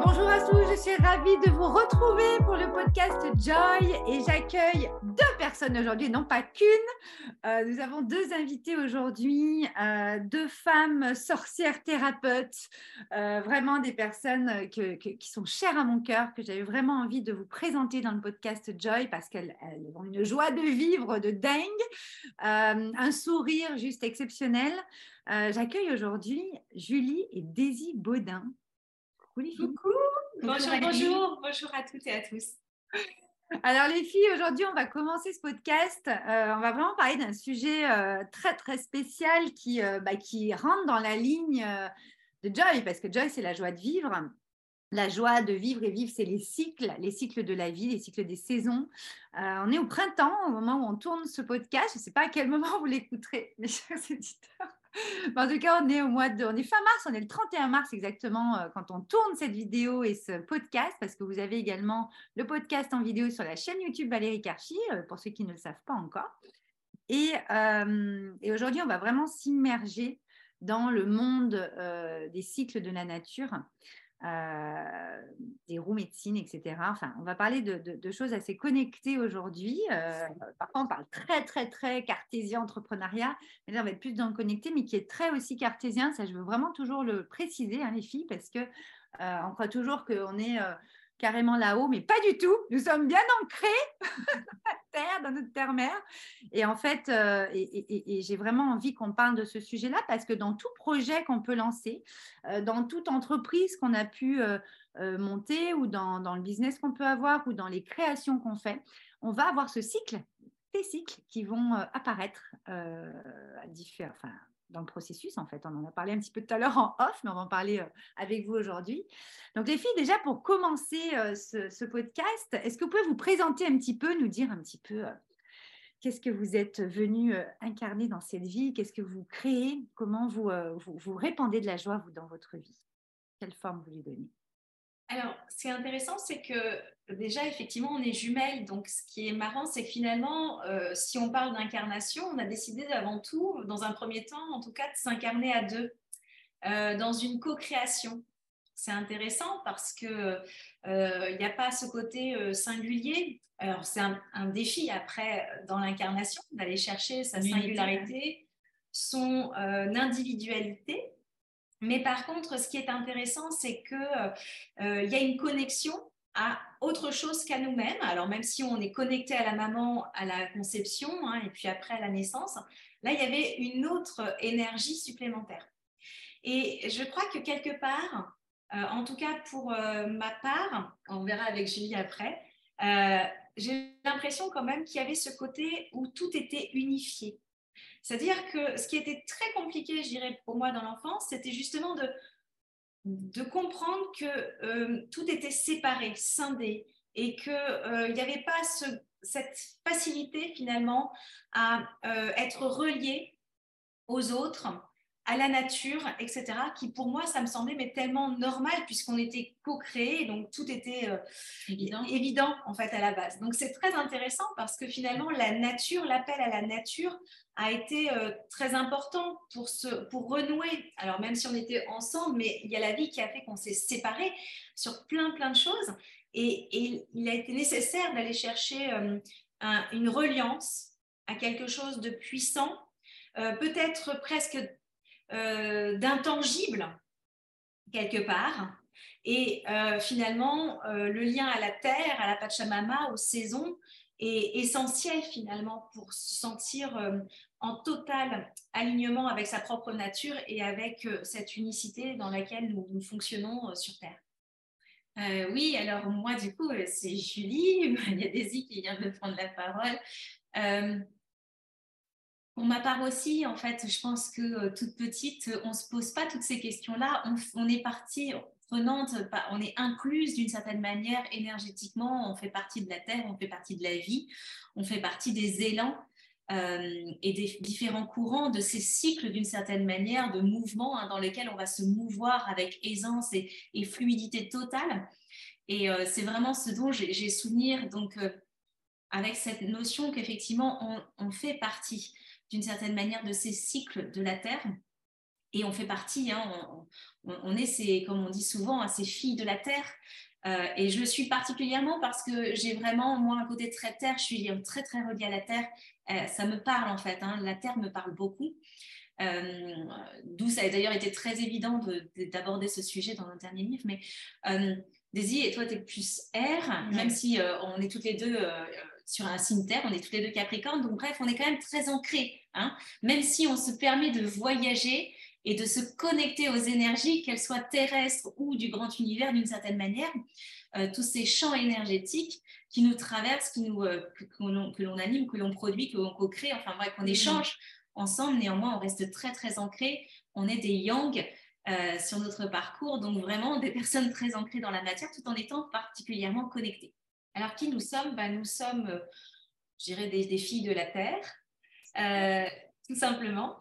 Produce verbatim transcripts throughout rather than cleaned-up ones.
Bonjour à tous, je suis ravie de vous retrouver pour le podcast Joy et j'accueille deux personnes aujourd'hui, non pas qu'une. Euh, nous avons deux invités aujourd'hui, euh, deux femmes sorcières thérapeutes, euh, vraiment des personnes que, que, qui sont chères à mon cœur, que j'avais vraiment envie de vous présenter dans le podcast Joy parce qu'elles elles ont une joie de vivre de dingue, euh, un sourire juste exceptionnel. Euh, j'accueille aujourd'hui Julie et Daisy Baudin. Coucou, bonjour, bonjour, bonjour, bonjour à toutes et à tous. Alors les filles, aujourd'hui on va commencer ce podcast, euh, on va vraiment parler d'un sujet euh, très très spécial qui, euh, bah, qui rentre dans la ligne euh, de Joy, parce que Joy c'est la joie de vivre. La joie de vivre et vivre, c'est les cycles, les cycles de la vie, les cycles des saisons. Euh, on est au printemps, au moment où on tourne ce podcast. Je ne sais pas à quel moment vous l'écouterez, mes chers éditeurs. En tout cas, on est au mois de, on est fin mars, on est le trente et un mars exactement euh, quand on tourne cette vidéo et ce podcast, parce que vous avez également le podcast en vidéo sur la chaîne YouTube Valérie Karchi, euh, pour ceux qui ne le savent pas encore. Et, euh, et aujourd'hui, on va vraiment s'immerger dans le monde euh, des cycles de la nature. Euh, des roues médecine, et cetera. Enfin, on va parler de, de, de choses assez connectées aujourd'hui. Euh, parfois, on parle très, très, très cartésien, entrepreneuriat. Mais là, on va être plus dans le connecté, mais qui est très aussi cartésien. Ça, je veux vraiment toujours le préciser, hein, les filles, parce qu'on euh, croit toujours qu'on est euh, carrément là-haut, mais pas du tout. Nous sommes bien ancrés terre, dans notre terre-mère. Et en fait, euh, et, et, et j'ai vraiment envie qu'on parle de ce sujet-là parce que dans tout projet qu'on peut lancer, euh, dans toute entreprise qu'on a pu euh, euh, monter ou dans, dans le business qu'on peut avoir ou dans les créations qu'on fait, on va avoir ce cycle, ces cycles qui vont euh, apparaître euh, à différents... Enfin, dans le processus, en fait. On en a parlé un petit peu tout à l'heure en off, mais on va en parler euh, avec vous aujourd'hui. Donc, les filles, déjà, pour commencer euh, ce, ce podcast, est-ce que vous pouvez vous présenter un petit peu, nous dire un petit peu euh, qu'est-ce que vous êtes venu euh, incarner dans cette vie, qu'est-ce que vous créez, comment vous, euh, vous, vous répandez de la joie, vous, dans votre vie? Quelle forme vous lui donnez? Alors, ce qui est intéressant, c'est que déjà, effectivement, on est jumelles. Donc, ce qui est marrant, c'est que finalement, euh, si on parle d'incarnation, on a décidé avant tout, dans un premier temps, en tout cas, de s'incarner à deux, euh, dans une co-création. C'est intéressant parce qu'il n'y euh, a pas ce côté euh, singulier. Alors, c'est un, un défi après, dans l'incarnation, d'aller chercher sa singularité, son euh, individualité. Mais par contre, ce qui est intéressant, c'est qu'il euh, y a une connexion à autre chose qu'à nous-mêmes. Alors, même si on est connecté à la maman à la conception, hein, et puis après à la naissance, là, il y avait une autre énergie supplémentaire. Et je crois que quelque part, euh, en tout cas pour euh, ma part, on verra avec Julie après, euh, j'ai l'impression quand même qu'il y avait ce côté où tout était unifié. C'est-à-dire que ce qui était très compliqué, je dirais, pour moi dans l'enfance, c'était justement de, de comprendre que euh, tout était séparé, scindé, et qu'il n'y euh, avait pas ce, cette facilité finalement à euh, être relié aux autres, à la nature, et cetera, qui pour moi, ça me semblait mais tellement normal puisqu'on était co-créés, donc tout était euh, évident. évident en fait à la base. Donc c'est très intéressant parce que finalement, la nature, l'appel à la nature a été euh, très important pour, se, pour renouer. Alors même si on était ensemble, mais il y a la vie qui a fait qu'on s'est séparés sur plein plein de choses et, et il a été nécessaire d'aller chercher euh, un, une reliance à quelque chose de puissant, Euh, peut-être presque euh, d'intangible quelque part. Et euh, finalement, euh, le lien à la terre, à la Pachamama, aux saisons, est essentiel finalement pour se sentir euh, en total alignement avec sa propre nature et avec euh, cette unicité dans laquelle nous, nous fonctionnons euh, sur Terre. Euh, oui, alors moi du coup, c'est Julie, il y a Daisy qui vient de prendre la parole. Euh, Pour ma part aussi, en fait, je pense que euh, toute petite, on ne se pose pas toutes ces questions-là. On, on est partie prenante, on est incluse d'une certaine manière énergétiquement. On fait partie de la terre, on fait partie de la vie, on fait partie des élans euh, et des différents courants, de ces cycles d'une certaine manière, de mouvements hein, dans lesquels on va se mouvoir avec aisance et, et fluidité totale. Et euh, c'est vraiment ce dont j'ai, j'ai souvenir, donc, euh, avec cette notion qu'effectivement, on, on fait partie d'une certaine manière de ces cycles de la Terre et on fait partie, hein, on, on est, ces, comme on dit souvent, hein, ces filles de la terre. Euh, et je le suis particulièrement parce que j'ai vraiment, moi, un côté très terre, je suis très, très reliée à la terre. Euh, ça me parle, en fait, hein, la terre me parle beaucoup. Euh, d'où ça a d'ailleurs été très évident de, de, d'aborder ce sujet dans notre dernier livre. Mais euh, Daisy, et toi, tu es plus air, ouais. Même si euh, on est toutes les deux euh, sur un signe terre, on est toutes les deux capricornes. Donc, bref, on est quand même très ancrés. Hein, même si on se permet de voyager et de se connecter aux énergies, qu'elles soient terrestres ou du grand univers d'une certaine manière, euh, tous ces champs énergétiques qui nous traversent, qui nous, euh, que, que, l'on, que l'on anime, que l'on produit, que l'on co-crée, enfin bref, qu'on échange ensemble. Néanmoins, on reste très, très ancrés. On est des yang euh, sur notre parcours, donc vraiment des personnes très ancrées dans la matière, tout en étant particulièrement connectées. Alors, qui nous sommes? Ben, nous sommes, euh, je dirais, des, des filles de la Terre, euh, tout simplement.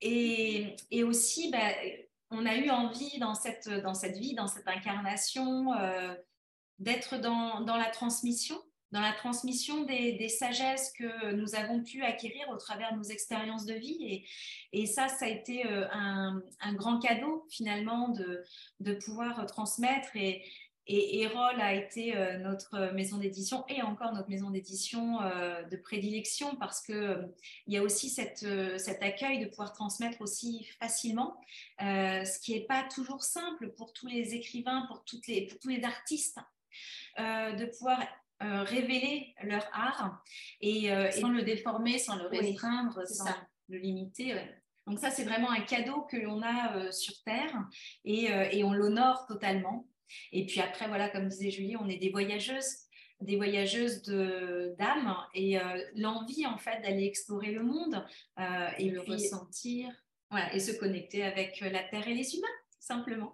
Et, et aussi, ben, on a eu envie dans cette, dans cette vie, dans cette incarnation, euh, d'être dans, dans la transmission, dans la transmission des, des sagesses que nous avons pu acquérir au travers de nos expériences de vie. Et, et ça, ça a été un, un grand cadeau, finalement, de, de pouvoir transmettre. Et, et Erol a été notre maison d'édition et encore notre maison d'édition de prédilection parce qu'il y a aussi cette, cet accueil de pouvoir transmettre aussi facilement, euh, ce qui n'est pas toujours simple pour tous les écrivains, pour, toutes les, pour tous les artistes. Euh, de pouvoir euh, révéler leur art et, euh, sans et... le déformer, sans le restreindre, oui, sans ça. le limiter. Ouais. Donc ça, c'est vraiment un cadeau que l'on a euh, sur Terre et, euh, et on l'honore totalement. Et puis après, voilà, comme disait Julie, on est des voyageuses, des voyageuses de, d'âme et euh, l'envie en fait d'aller explorer le monde euh, et le puis, ressentir, voilà, et se connecter avec la Terre et les humains, tout simplement.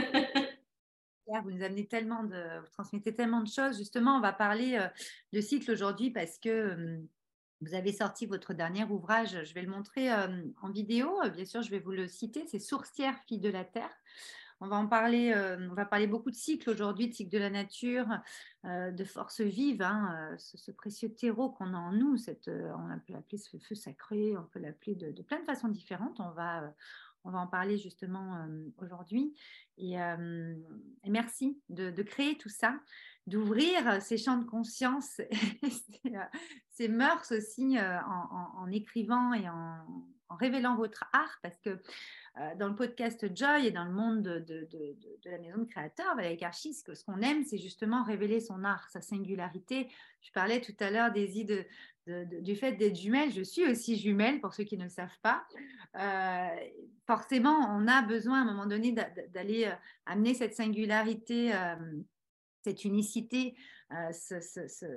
Vous nous amenez tellement de, vous transmettez tellement de choses. Justement, on va parler euh, de cycle aujourd'hui parce que euh, vous avez sorti votre dernier ouvrage. Je vais le montrer euh, en vidéo. Bien sûr, je vais vous le citer. C'est Sourcière, fille de la terre. On va en parler. Euh, on va parler beaucoup de cycles aujourd'hui, de cycle de la nature, euh, de force vive, hein, euh, ce, ce précieux terreau qu'on a en nous. Cette, euh, on peut l'appeler ce feu sacré. On peut l'appeler de, de plein de façons différentes. On va euh, On va en parler justement euh, aujourd'hui. Et, euh, et merci de, de créer tout ça, d'ouvrir ces champs de conscience, ces, euh, ces mœurs aussi euh, en, en, en écrivant et en, en révélant votre art, parce que euh, dans le podcast Joy et dans le monde de, de, de, de la maison de créateurs, Valérie Karchy, ce, que, ce qu'on aime, c'est justement révéler son art, sa singularité. Je parlais tout à l'heure des idées de, de, du fait d'être jumelle. Je suis aussi jumelle, pour ceux qui ne le savent pas. Euh, forcément, on a besoin à un moment donné d'aller euh, amener cette singularité, euh, cette unicité, euh, ce, ce, ce,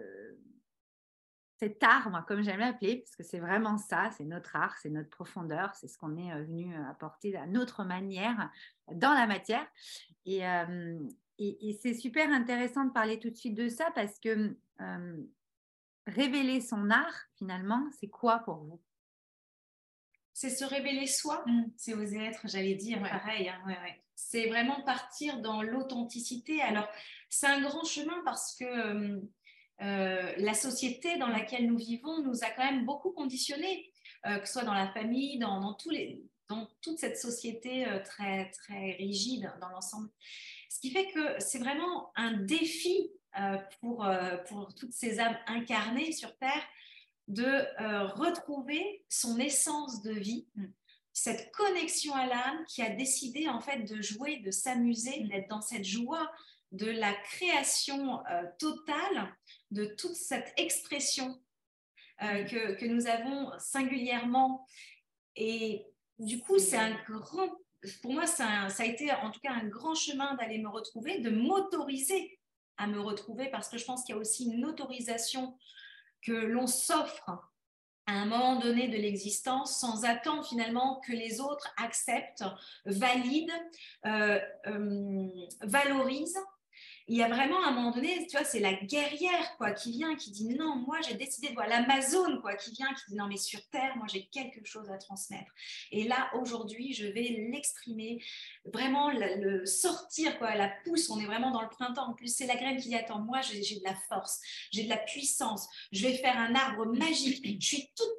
cet art, moi, comme j'aime l'appeler, parce que c'est vraiment ça, c'est notre art, c'est notre profondeur, c'est ce qu'on est euh, venu apporter à notre manière dans la matière. Et, euh, et, et c'est super intéressant de parler tout de suite de ça parce que euh, révéler son art, finalement, c'est quoi pour vous? C'est se révéler soi, mmh, c'est oser être, j'allais dire, ouais. Pareil. Hein, ouais, ouais. C'est vraiment partir dans l'authenticité. Alors, c'est un grand chemin parce que euh, la société dans laquelle nous vivons nous a quand même beaucoup conditionnés, euh, que ce soit dans la famille, dans, dans, tous les, dans toute cette société euh, très, très rigide dans l'ensemble. Ce qui fait que c'est vraiment un défi euh, pour, euh, pour toutes ces âmes incarnées sur Terre de euh, retrouver son essence de vie, cette connexion à l'âme qui a décidé en fait de jouer, de s'amuser, d'être dans cette joie de la création euh, totale de toute cette expression euh, que, que nous avons singulièrement. Et du coup, c'est un grand, pour moi, c'est un, ça a été en tout cas un grand chemin d'aller me retrouver, de m'autoriser à me retrouver, parce que je pense qu'il y a aussi une autorisation que l'on s'offre à un moment donné de l'existence sans attendre finalement que les autres acceptent, valident, euh, euh, valorisent. Il y a vraiment à un moment donné, tu vois, c'est la guerrière quoi, qui vient, qui dit non, moi j'ai décidé de voir l'Amazone quoi, qui vient, qui dit non, mais sur Terre, moi j'ai quelque chose à transmettre. Et là, aujourd'hui, je vais l'exprimer, vraiment le, le sortir, quoi, la pousse. On est vraiment dans le printemps. En plus, c'est la graine qui dit attends, moi j'ai, j'ai de la force, j'ai de la puissance, je vais faire un arbre magique. Je suis toute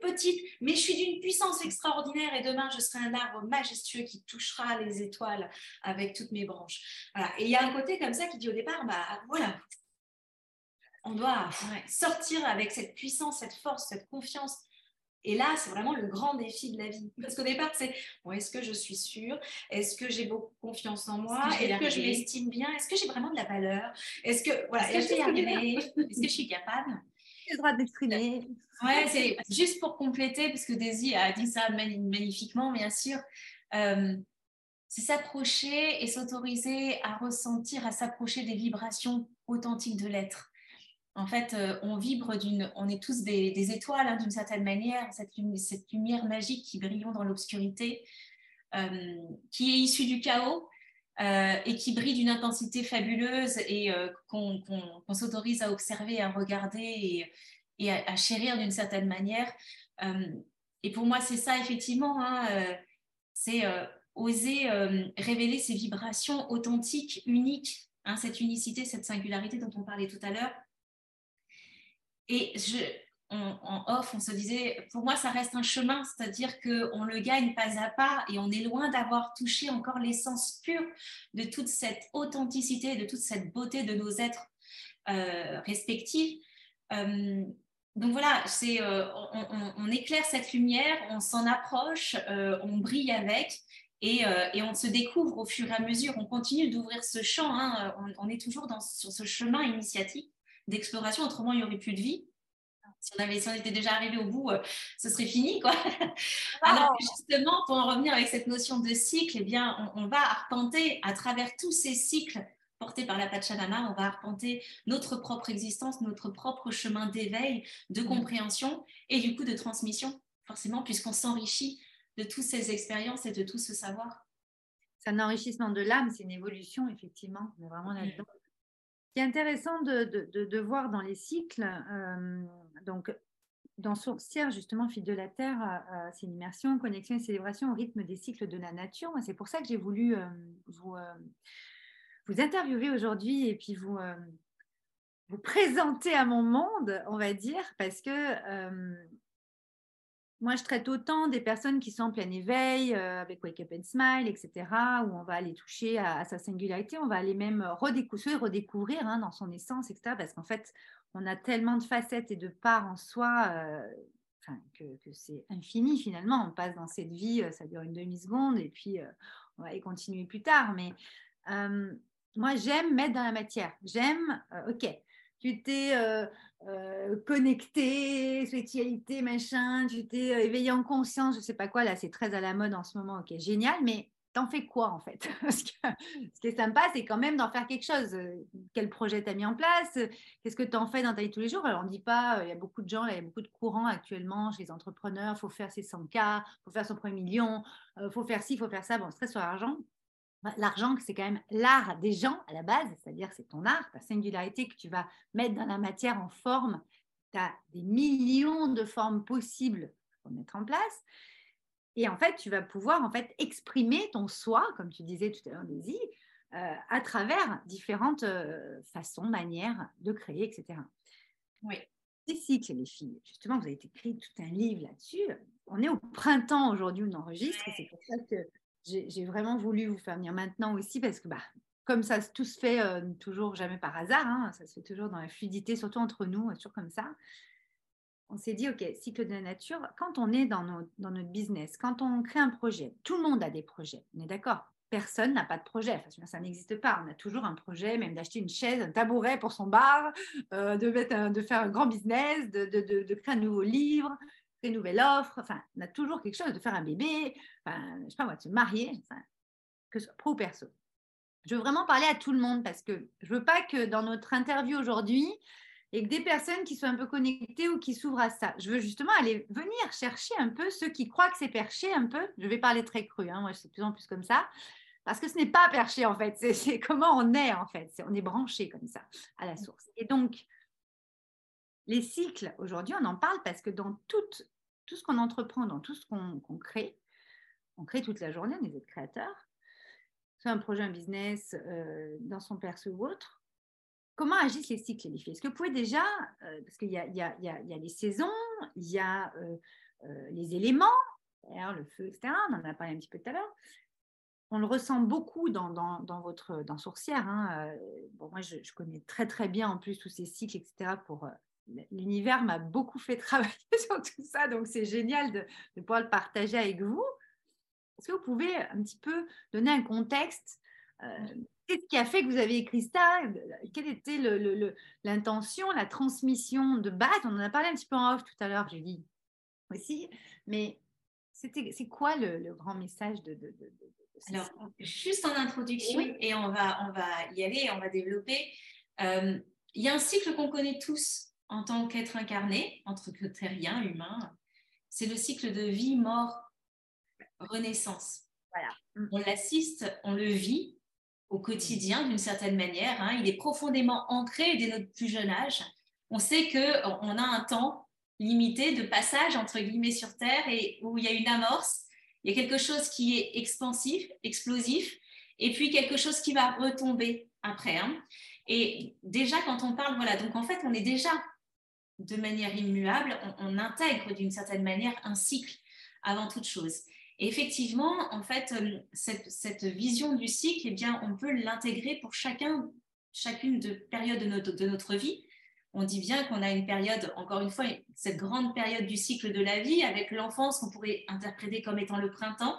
petite, mais je suis d'une puissance extraordinaire et demain, je serai un arbre majestueux qui touchera les étoiles avec toutes mes branches. Voilà. Et il y a un côté comme ça qui dit au départ, bah voilà, on doit ouais, sortir avec cette puissance, cette force, cette confiance. Et là, c'est vraiment le grand défi de la vie. Parce qu'au départ, c'est bon, est-ce que je suis sûre? Est-ce que j'ai beaucoup confiance en moi? Est-ce que, est-ce que je m'estime bien? Est-ce que j'ai vraiment de la valeur? Est-ce que, voilà, est-ce que je vais y arriver? Est-ce que je suis capable? J'ai le droit d'exprimer. Ouais, c'est juste pour compléter, parce que Daisy a dit ça magnifiquement, bien sûr. Euh, c'est s'approcher et s'autoriser à ressentir, à s'approcher des vibrations authentiques de l'être. En fait, euh, on vibre d'une, on est tous des, des étoiles hein, d'une certaine manière, cette, cette lumière magique qui brille dans l'obscurité, euh, qui est issue du chaos euh, et qui brille d'une intensité fabuleuse et euh, qu'on, qu'on, qu'on s'autorise à observer, à regarder et, et à, à chérir d'une certaine manière. Euh, et pour moi, c'est ça effectivement, hein, euh, c'est euh, oser euh, révéler ces vibrations authentiques, uniques, hein, cette unicité, cette singularité dont on parlait tout à l'heure. Et je, on, en off, on se disait, pour moi, ça reste un chemin, c'est-à-dire qu'on le gagne pas à pas et on est loin d'avoir touché encore l'essence pure de toute cette authenticité, de toute cette beauté de nos êtres euh, respectifs. Euh, donc voilà, c'est, euh, on, on, on éclaire cette lumière, on s'en approche, euh, on brille avec. Et, euh, et on se découvre au fur et à mesure, on continue d'ouvrir ce champ, hein, on, on est toujours dans, sur ce chemin initiatique d'exploration, autrement il n'y aurait plus de vie. Si on, avait, si on était déjà arrivé au bout, euh, ce serait fini, quoi. Alors que justement, pour en revenir avec cette notion de cycle, eh bien, on, on va arpenter à travers tous ces cycles portés par la Pachamama, on va arpenter notre propre existence, notre propre chemin d'éveil, de compréhension et du coup de transmission, forcément, puisqu'on s'enrichit de toutes ces expériences et de tout ce savoir. C'est un enrichissement de l'âme, c'est une évolution, effectivement. On est vraiment là-dedans. Mmh. Ce qui est intéressant de, de, de, de voir dans les cycles, euh, donc dans Sorcière, justement, Fille de la Terre, euh, c'est une immersion, connexion et célébration au rythme des cycles de la nature. C'est pour ça que j'ai voulu euh, vous, euh, vous interviewer aujourd'hui et puis vous, euh, vous présenter à mon monde, on va dire, parce que euh, moi, je traite autant des personnes qui sont en plein éveil, euh, avec Wake Up and Smile, et cetera, où on va aller toucher à, à sa singularité, on va aller même redécouvrir, redécouvrir hein, dans son essence, et cetera, parce qu'en fait, on a tellement de facettes et de parts en soi euh, enfin, que, que c'est infini finalement. On passe dans cette vie, ça dure une demi-seconde, et puis euh, on va y continuer plus tard. Mais euh, moi, j'aime mettre dans la matière. J'aime, euh, ok, tu t'es euh, euh, connecté, spiritualité, machin, tu t'es euh, éveillé en conscience, je sais pas quoi, là c'est très à la mode en ce moment, ok, génial, mais t'en fais quoi en fait? Parce que ce qui est sympa, c'est quand même d'en faire quelque chose. Quel projet t'as mis en place? Qu'est-ce que t'en fais dans ta vie tous les jours? Alors on ne dit pas, il y a beaucoup de gens, il y a beaucoup de courants actuellement chez les entrepreneurs, il faut faire ses cent K, il faut faire son premier million, il euh, faut faire ci, il faut faire ça, bon, c'est très sur l'argent. L'argent, c'est quand même l'art des gens à la base, c'est-à-dire que c'est ton art, ta singularité que tu vas mettre dans la matière en forme. Tu as des millions de formes possibles pour mettre en place. Et en fait, tu vas pouvoir en fait exprimer ton soi, comme tu disais tout à l'heure, Daisy, euh, à travers différentes euh, façons, manières de créer, et cetera. Oui. Les cycles, les filles. Justement, vous avez écrit tout un livre là-dessus. On est au printemps aujourd'hui, on enregistre. Ouais. C'est pour ça que j'ai, j'ai vraiment voulu vous faire venir maintenant aussi, parce que bah, comme ça tout se fait euh, toujours jamais par hasard, hein, ça se fait toujours dans la fluidité, surtout entre nous, toujours comme ça. On s'est dit, OK, cycle de la nature, quand on est dans, nos, dans notre business, quand on crée un projet, tout le monde a des projets, on est d'accord? Personne n'a pas de projet, enfin, ça n'existe pas. On a toujours un projet, même d'acheter une chaise, un tabouret pour son bar, euh, de, mettre un, de faire un grand business, de, de, de, de créer un nouveau livre, créer une nouvelle offre. Enfin, on a toujours quelque chose, de faire un bébé, enfin, je ne sais pas moi, de se marier, enfin, que ce soit pro ou perso. Je veux vraiment parler à tout le monde parce que je ne veux pas que dans notre interview aujourd'hui, et que des personnes qui sont un peu connectées ou qui s'ouvrent à ça. Je veux justement aller venir chercher un peu ceux qui croient que c'est perché un peu. Je vais parler très cru, hein, moi je suis de plus en plus comme ça. Parce que ce n'est pas perché en fait, c'est, c'est comment on est en fait, c'est, on est branché comme ça à la source. Et donc, les cycles, aujourd'hui on en parle parce que dans tout, tout ce qu'on entreprend, dans tout ce qu'on, qu'on crée, on crée toute la journée, on est des créateurs, soit un projet, un business, euh, dans son perso ou autre. Comment agissent les cycles, les filles? Est-ce que vous pouvez déjà, euh, parce qu'il y a, il y, a, il y, a, il y a les saisons, il y a euh, euh, les éléments, l'air, le feu, et cetera. On en a parlé un petit peu tout à l'heure. On le ressent beaucoup dans, dans, dans votre dans Sourcière. Hein. Euh, bon, moi, je, je connais très très bien en plus tous ces cycles, et cetera. Pour, euh, l'univers m'a beaucoup fait travailler sur tout ça, donc c'est génial de, de pouvoir le partager avec vous. Est-ce que vous pouvez un petit peu donner un contexte euh, qu'est-ce qui a fait que vous avez écrit ça? Quelle était le, le, le, l'intention, la transmission de base? On en a parlé un petit peu en off tout à l'heure, j'ai dit aussi, mais c'était, c'est quoi le, le grand message de, de, de, de, de Alors, juste en introduction, oui. et on va, on va y aller, on va développer. Euh, il y a un cycle qu'on connaît tous en tant qu'être incarné, entre terriens, humains. C'est le cycle de vie, mort, renaissance. Voilà. On l'assiste, on le vit au quotidien d'une certaine manière. Hein. Il est profondément ancré dès notre plus jeune âge. On sait qu'on a un temps limité de passage, entre guillemets, sur Terre, et où il y a une amorce. Il y a quelque chose qui est expansif, explosif, et puis quelque chose qui va retomber après. Hein. Et déjà, quand on parle, voilà, donc en fait, on est déjà de manière immuable, on, on intègre d'une certaine manière un cycle avant toute chose. Et effectivement, en fait, cette, cette vision du cycle, eh bien, on peut l'intégrer pour chacun, chacune de périodes de notre, de notre vie. On dit bien qu'on a une période, encore une fois, cette grande période du cycle de la vie, avec l'enfance qu'on pourrait interpréter comme étant le printemps,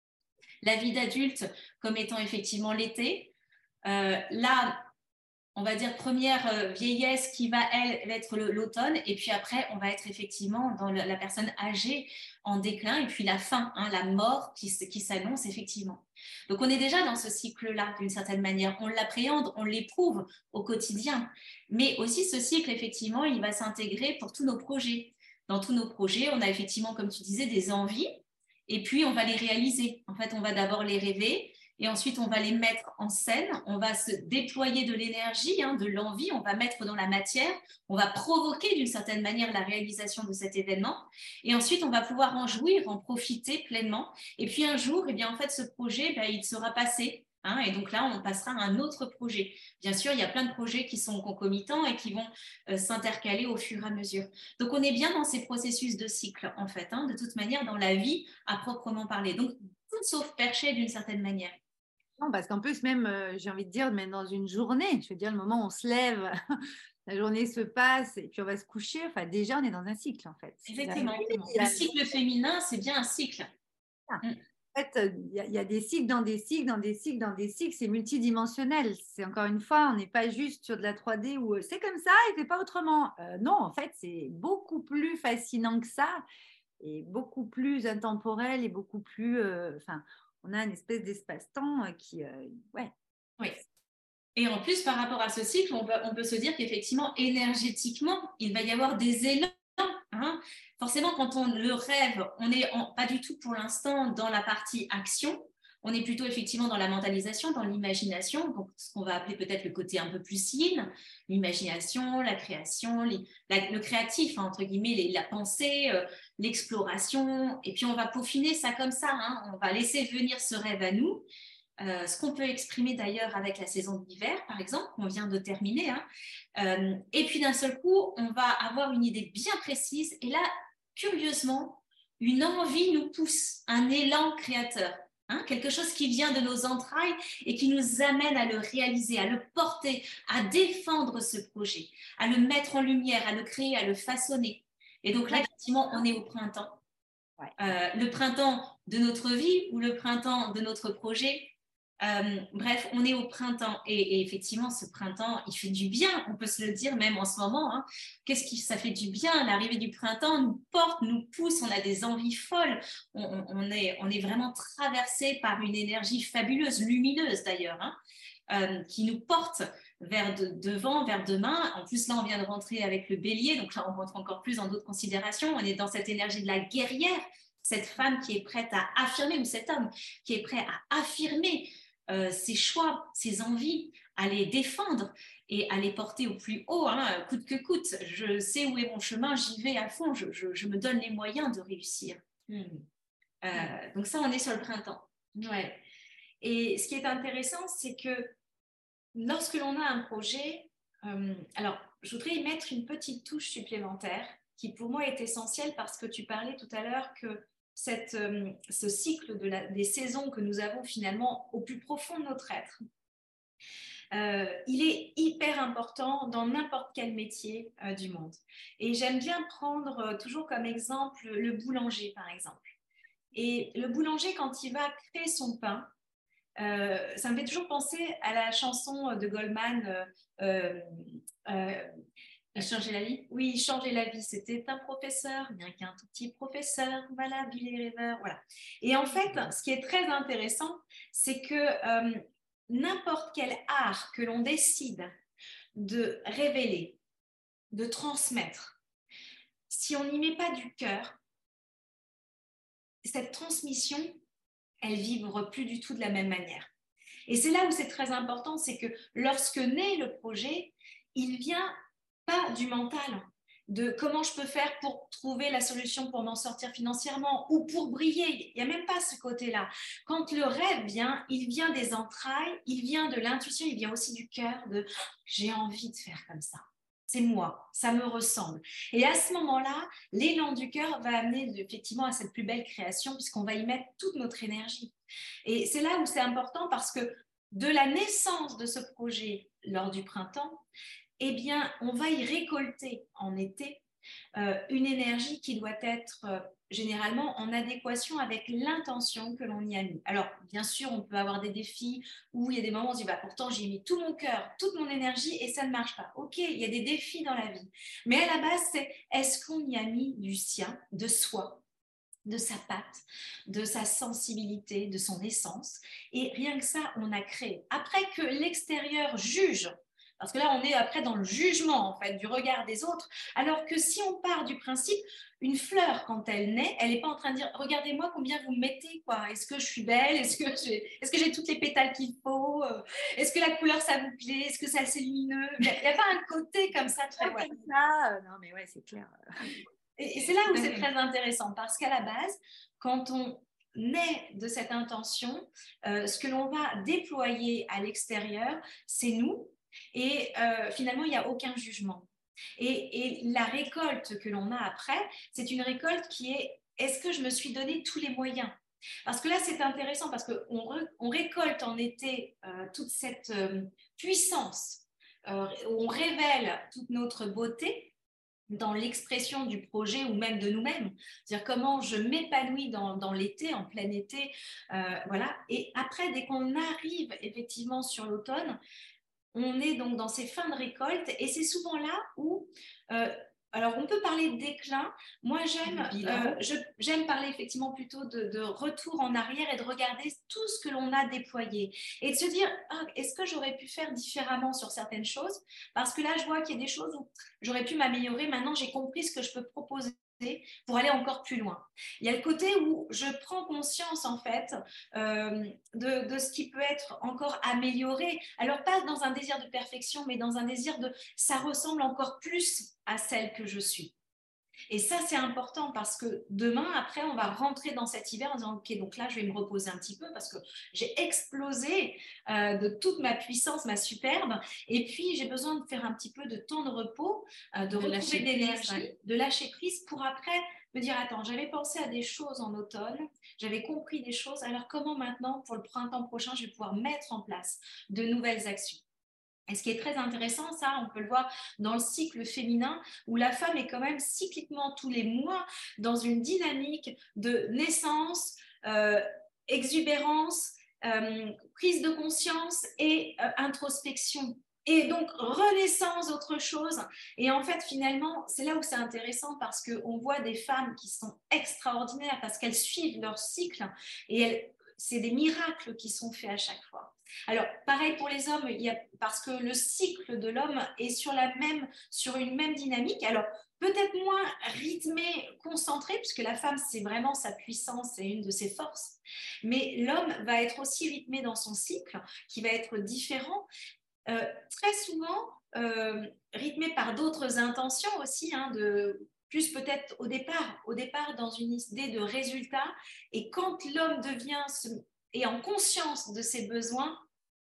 la vie d'adulte comme étant effectivement l'été, euh, là, on va dire première euh, vieillesse qui va, elle, être le, l'automne, et puis après, on va être effectivement dans le, la personne âgée en déclin, et puis la fin, hein, la mort qui, qui s'annonce effectivement. Donc, on est déjà dans ce cycle-là, d'une certaine manière. On l'appréhende, on l'éprouve au quotidien. Mais aussi, ce cycle, effectivement, il va s'intégrer pour tous nos projets. Dans tous nos projets, on a effectivement, comme tu disais, des envies, et puis on va les réaliser. En fait, on va d'abord les rêver, et ensuite on va les mettre en scène, on va se déployer de l'énergie, hein, de l'envie, on va mettre dans la matière, on va provoquer d'une certaine manière la réalisation de cet événement, et ensuite on va pouvoir en jouir, en profiter pleinement, et puis un jour, eh bien, en fait, ce projet, ben, il sera passé, hein, et donc là on passera à un autre projet. Bien sûr, il y a plein de projets qui sont concomitants et qui vont euh, s'intercaler au fur et à mesure. Donc on est bien dans ces processus de cycle, en fait, hein, de toute manière dans la vie à proprement parler, donc tout sauf perché d'une certaine manière. Non, parce qu'en plus, même, euh, j'ai envie de dire, même dans une journée, je veux dire, le moment où on se lève, la journée se passe et puis on va se coucher, enfin, déjà, on est dans un cycle, en fait. Exactement. Le cycle féminin, c'est bien un cycle. Ah. Mm. En fait, il y, y a des cycles dans des cycles, dans des cycles, dans des cycles, c'est multidimensionnel. C'est encore une fois, on n'est pas juste sur de la trois D où c'est comme ça et c'est pas autrement. Euh, non, en fait, c'est beaucoup plus fascinant que ça et beaucoup plus intemporel et beaucoup plus... Enfin, euh, on a une espèce d'espace-temps qui... Euh, ouais. Oui. Et en plus, par rapport à ce cycle, on peut, on peut se dire qu'effectivement, énergétiquement, il va y avoir des élans. Hein. Forcément, quand on le rêve, on n'est pas du tout pour l'instant dans la partie action. On est plutôt effectivement dans la mentalisation, dans l'imagination, donc ce qu'on va appeler peut-être le côté un peu plus yin, l'imagination, la création, les, la, le créatif, hein, entre guillemets, les, la pensée, euh, l'exploration, et puis on va peaufiner ça comme ça, hein. On va laisser venir ce rêve à nous, euh, ce qu'on peut exprimer d'ailleurs avec la saison d'hiver, par exemple, qu'on vient de terminer, hein. Euh, et puis d'un seul coup, on va avoir une idée bien précise, et là, curieusement, une envie nous pousse, un élan créateur. Hein, quelque chose qui vient de nos entrailles et qui nous amène à le réaliser, à le porter, à défendre ce projet, à le mettre en lumière, à le créer, à le façonner. Et donc là, effectivement, on est au printemps. Ouais. Euh, le printemps de notre vie ou le printemps de notre projet. Euh, bref, on est au printemps et, et effectivement, ce printemps, il fait du bien, on peut se le dire même en ce moment. Hein. Qu'est-ce qui ça fait du bien? L'arrivée du printemps nous porte, nous pousse, on a des envies folles, on, on, on, est, on est vraiment traversé par une énergie fabuleuse, lumineuse d'ailleurs, hein, euh, qui nous porte vers de, devant, vers demain. En plus, là, on vient de rentrer avec le bélier, donc là, on rentre encore plus dans d'autres considérations. On est dans cette énergie de la guerrière, cette femme qui est prête à affirmer, ou cet homme qui est prêt à affirmer Euh, ses choix, ses envies, à les défendre et à les porter au plus haut, hein, coûte que coûte. Je sais où est mon chemin, j'y vais à fond, je, je, je me donne les moyens de réussir. Mmh. Euh, mmh. Donc ça, on est sur le printemps. Ouais. Et ce qui est intéressant, c'est que lorsque l'on a un projet, euh, alors je voudrais y mettre une petite touche supplémentaire. qui pour moi est essentiel parce que tu parlais tout à l'heure que cette, euh, ce cycle de la, des saisons que nous avons finalement au plus profond de notre être, euh, il est hyper important dans n'importe quel métier euh, du monde. Et j'aime bien prendre euh, toujours comme exemple le boulanger, par exemple. Et le boulanger, quand il va créer son pain, euh, ça me fait toujours penser à la chanson de Goldman, euh, euh, euh, Changer la vie. Oui, changer la vie. C'était un professeur, bien qu'un tout petit professeur, voilà, Bill River, voilà. Et en fait, ce qui est très intéressant, c'est que euh, n'importe quel art que l'on décide de révéler, de transmettre, si on n'y met pas du cœur, cette transmission, elle vibre plus du tout de la même manière. Et c'est là où c'est très important, c'est que lorsque naît le projet, il vient pas du mental, de comment je peux faire pour trouver la solution pour m'en sortir financièrement ou pour briller. Il n'y a même pas ce côté-là. Quand le rêve vient, il vient des entrailles, il vient de l'intuition, il vient aussi du cœur de « j'ai envie de faire comme ça ». C'est moi, ça me ressemble. Et à ce moment-là, l'élan du cœur va amener effectivement à cette plus belle création puisqu'on va y mettre toute notre énergie. Et c'est là où c'est important parce que de la naissance de ce projet lors du printemps, eh bien, on va y récolter en été euh, une énergie qui doit être euh, généralement en adéquation avec l'intention que l'on y a mis. Alors, bien sûr, on peut avoir des défis où il y a des moments où on se dit bah, « pourtant, j'ai mis tout mon cœur, toute mon énergie et ça ne marche pas ». Ok, il y a des défis dans la vie. Mais à la base, c'est est-ce qu'on y a mis du sien, de soi, de sa patte, de sa sensibilité, de son essence. Et rien que ça, on a créé. Après que l'extérieur juge, parce que là, on est après dans le jugement, en fait, du regard des autres, alors que si on part du principe, une fleur, quand elle naît, elle n'est pas en train de dire « Regardez-moi combien vous me mettez, quoi. Est-ce que je suis belle? Est-ce que j'ai, est-ce que j'ai toutes les pétales qu'il faut? Est-ce que la couleur, ça vous plaît? Est-ce que c'est assez lumineux ?» Il n'y a, a pas un côté comme ça très... Ouais. Comme ça, euh, non, mais ouais, c'est clair. Et, et c'est là où c'est très intéressant, parce qu'à la base, quand on naît de cette intention, euh, ce que l'on va déployer à l'extérieur, c'est nous. Et euh, finalement, il n'y a aucun jugement. Et, et la récolte que l'on a après, c'est une récolte qui est « est-ce que je me suis donné tous les moyens ?» Parce que là, c'est intéressant parce qu'on re, on récolte en été euh, toute cette euh, puissance, euh, où on révèle toute notre beauté dans l'expression du projet ou même de nous-mêmes. C'est-à-dire comment je m'épanouis dans, dans l'été, en plein été. Euh, voilà. Et après, dès qu'on arrive effectivement sur l'automne, on est donc dans ces fins de récolte et c'est souvent là où, euh, alors on peut parler de déclin, moi j'aime, euh, je, j'aime parler effectivement plutôt de, de retour en arrière et de regarder tout ce que l'on a déployé et de se dire, ah, est-ce que j'aurais pu faire différemment sur certaines choses? Parce que là je vois qu'il y a des choses où j'aurais pu m'améliorer, maintenant j'ai compris ce que je peux proposer pour aller encore plus loin. Il y a le côté où je prends conscience en fait euh, de, de ce qui peut être encore amélioré. Alors pas dans un désir de perfection, mais dans un désir de ça ressemble encore plus à celle que je suis. Et ça, c'est important parce que demain, après, on va rentrer dans cet hiver en disant « Ok, donc là, je vais me reposer un petit peu parce que j'ai explosé euh, de toute ma puissance, ma superbe. Et puis, j'ai besoin de faire un petit peu de temps de repos, euh, de, de retrouver de l'énergie, ouais. de lâcher prise pour après me dire « Attends, j'avais pensé à des choses en automne, j'avais compris des choses. Alors, comment maintenant, pour le printemps prochain, je vais pouvoir mettre en place de nouvelles actions ?» Et ce qui est très intéressant, ça, on peut le voir dans le cycle féminin, où la femme est quand même cycliquement tous les mois dans une dynamique de naissance, euh, exubérance, euh, prise de conscience et euh, introspection. Et donc, renaissance d'autre chose. Et en fait, finalement, c'est là où c'est intéressant parce qu'on voit des femmes qui sont extraordinaires parce qu'elles suivent leur cycle et elles, c'est des miracles qui sont faits à chaque fois. Alors, pareil pour les hommes, il y a, parce que le cycle de l'homme est sur, la même, sur une même dynamique. Alors, peut-être moins rythmé, concentré, puisque la femme, c'est vraiment sa puissance, c'est une de ses forces. Mais l'homme va être aussi rythmé dans son cycle, qui va être différent. Euh, très souvent, euh, rythmé par d'autres intentions aussi, hein, de... plus peut-être au départ, au départ dans une idée de résultat. Et quand l'homme devient, ce, est en conscience de ses besoins,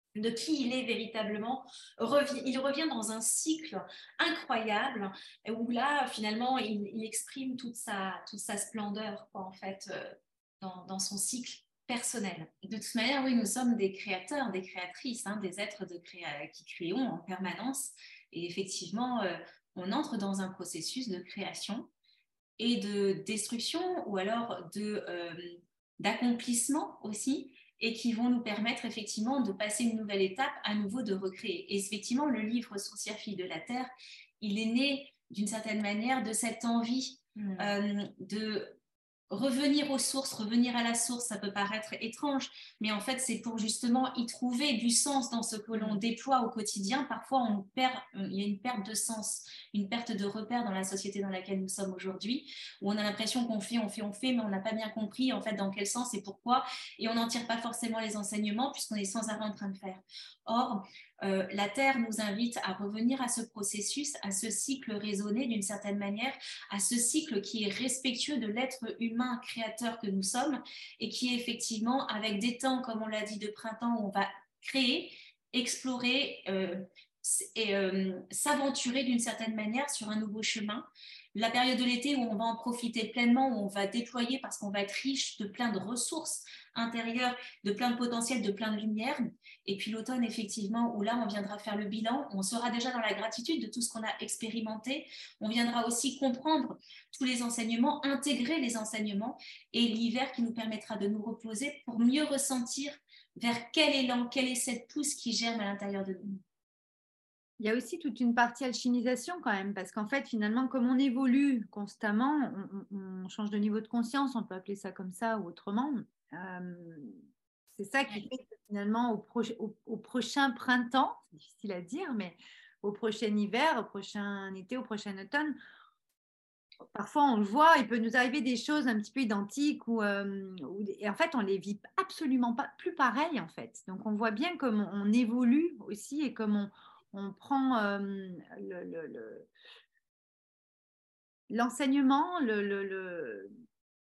de qui il est véritablement, revient, il revient dans un cycle incroyable où là, finalement, il, il exprime toute sa, toute sa splendeur, quoi, en fait, euh, dans, dans son cycle personnel. De toute manière, oui, nous sommes des créateurs, des créatrices, hein, des êtres de créa- qui créons en permanence. Et effectivement, euh, on entre dans un processus de création et de destruction ou alors de, euh, d'accomplissement aussi, et qui vont nous permettre effectivement de passer une nouvelle étape, à nouveau de recréer. Et effectivement, le livre Sorcière fille de la Terre, il est né d'une certaine manière de cette envie mmh. euh, de revenir aux sources, revenir à la source. Ça peut paraître étrange, mais en fait, c'est pour justement y trouver du sens dans ce que l'on déploie au quotidien. Parfois, on perd, il y a une perte de sens, une perte de repère dans la société dans laquelle nous sommes aujourd'hui, où on a l'impression qu'on fait, on fait, on fait, mais on n'a pas bien compris en fait dans quel sens et pourquoi, et on n'en tire pas forcément les enseignements puisqu'on est sans arrêt en train de faire. Or, Euh, la Terre nous invite à revenir à ce processus, à ce cycle raisonné d'une certaine manière, à ce cycle qui est respectueux de l'être humain créateur que nous sommes et qui est effectivement avec des temps, comme on l'a dit, de printemps où on va créer, explorer euh, et euh, s'aventurer d'une certaine manière sur un nouveau chemin. La période de l'été où on va en profiter pleinement, où on va déployer parce qu'on va être riche de plein de ressources intérieures, de plein de potentiel, de plein de lumière. Et puis l'automne, effectivement, où là, on viendra faire le bilan, on sera déjà dans la gratitude de tout ce qu'on a expérimenté. On viendra aussi comprendre tous les enseignements, intégrer les enseignements et l'hiver qui nous permettra de nous reposer pour mieux ressentir vers quel élan, quelle est cette pousse qui germe à l'intérieur de nous. Il y a aussi toute une partie alchimisation quand même, parce qu'en fait, finalement, comme on évolue constamment, on, on, on change de niveau de conscience, on peut appeler ça comme ça ou autrement. Euh, c'est ça qui fait que finalement, au, pro au, au prochain printemps, c'est difficile à dire, mais au prochain hiver, au prochain été, au prochain automne, parfois on le voit, il peut nous arriver des choses un petit peu identiques ou, euh, ou et en fait on les vit absolument pas plus pareil en fait. Donc on voit bien comme on, on évolue aussi et comme on on prend euh, le, le, le, l'enseignement, le, le, le...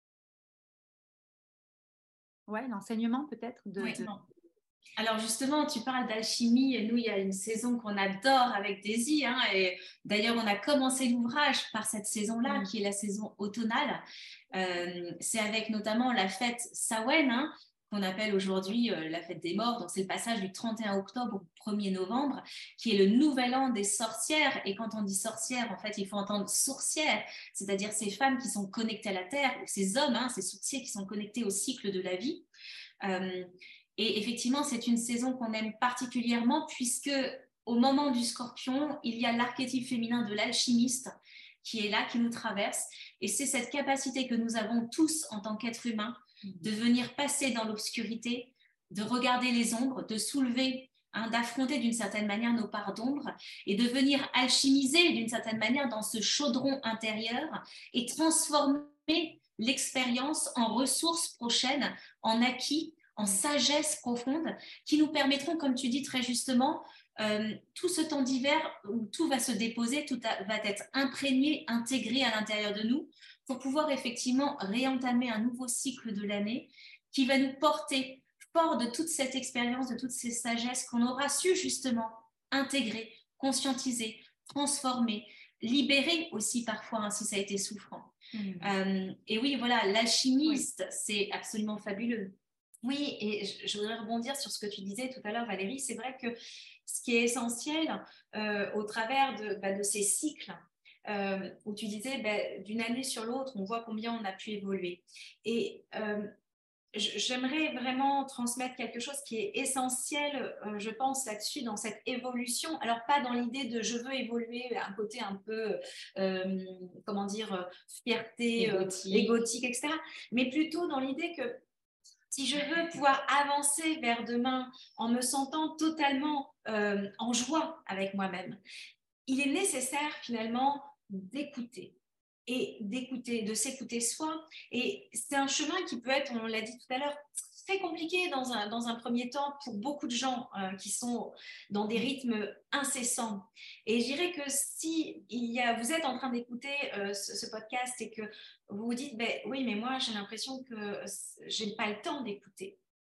Ouais, l'enseignement peut-être de, oui, de... Alors justement, tu parles d'alchimie. Nous, il y a une saison qu'on adore avec Daisy, hein, et d'ailleurs, on a commencé l'ouvrage par cette saison-là, mmh. qui est la saison automnale. Euh, c'est avec notamment la fête Samhain, hein, qu'on appelle aujourd'hui euh, la fête des morts. Donc, c'est le passage du trente et un octobre au premier novembre, qui est le nouvel an des sorcières. Et quand on dit sorcières, en fait, il faut entendre sourcières, c'est-à-dire ces femmes qui sont connectées à la terre, ou ces hommes, hein, ces sourciers qui sont connectés au cycle de la vie. Euh, et effectivement, c'est une saison qu'on aime particulièrement puisque au moment du Scorpion, il y a l'archétype féminin de l'alchimiste qui est là, qui nous traverse. Et c'est cette capacité que nous avons tous en tant qu'êtres humains de venir passer dans l'obscurité, de regarder les ombres, de soulever, hein, d'affronter d'une certaine manière nos parts d'ombre et de venir alchimiser d'une certaine manière dans ce chaudron intérieur et transformer l'expérience en ressources prochaines, en acquis, en sagesse profonde, qui nous permettront, comme tu dis très justement, euh, tout ce temps d'hiver où tout va se déposer, tout a, va être imprégné, intégré à l'intérieur de nous, pour pouvoir effectivement réentamer un nouveau cycle de l'année qui va nous porter fort de toute cette expérience, de toutes ces sagesses qu'on aura su justement intégrer, conscientiser, transformer, libérer aussi parfois, hein, si ça a été souffrant. Mmh. Euh, et oui, voilà, l'alchimiste, oui. C'est absolument fabuleux. Oui, et je voudrais rebondir sur ce que tu disais tout à l'heure, Valérie. C'est vrai que ce qui est essentiel euh, au travers de, bah, de ces cycles, euh, où tu disais bah, d'une année sur l'autre, on voit combien on a pu évoluer. Et euh, j'aimerais vraiment transmettre quelque chose qui est essentiel, euh, je pense, là-dessus, dans cette évolution. Alors, pas dans l'idée de je veux évoluer, un côté un peu, euh, comment dire, fierté, égotique. Euh, égotique, et cetera. Mais plutôt dans l'idée que si je veux pouvoir avancer vers demain en me sentant totalement euh, en joie avec moi-même, il est nécessaire finalement d'écouter et d'écouter, de s'écouter soi. Et c'est un chemin qui peut être, on l'a dit tout à l'heure, très compliqué dans un, dans un premier temps pour beaucoup de gens euh, qui sont dans des rythmes incessants. Et je dirais que si il y a, vous êtes en train d'écouter euh, ce, ce podcast et que vous vous dites, ben, oui, mais moi j'ai l'impression que je n'ai pas le temps d'écouter.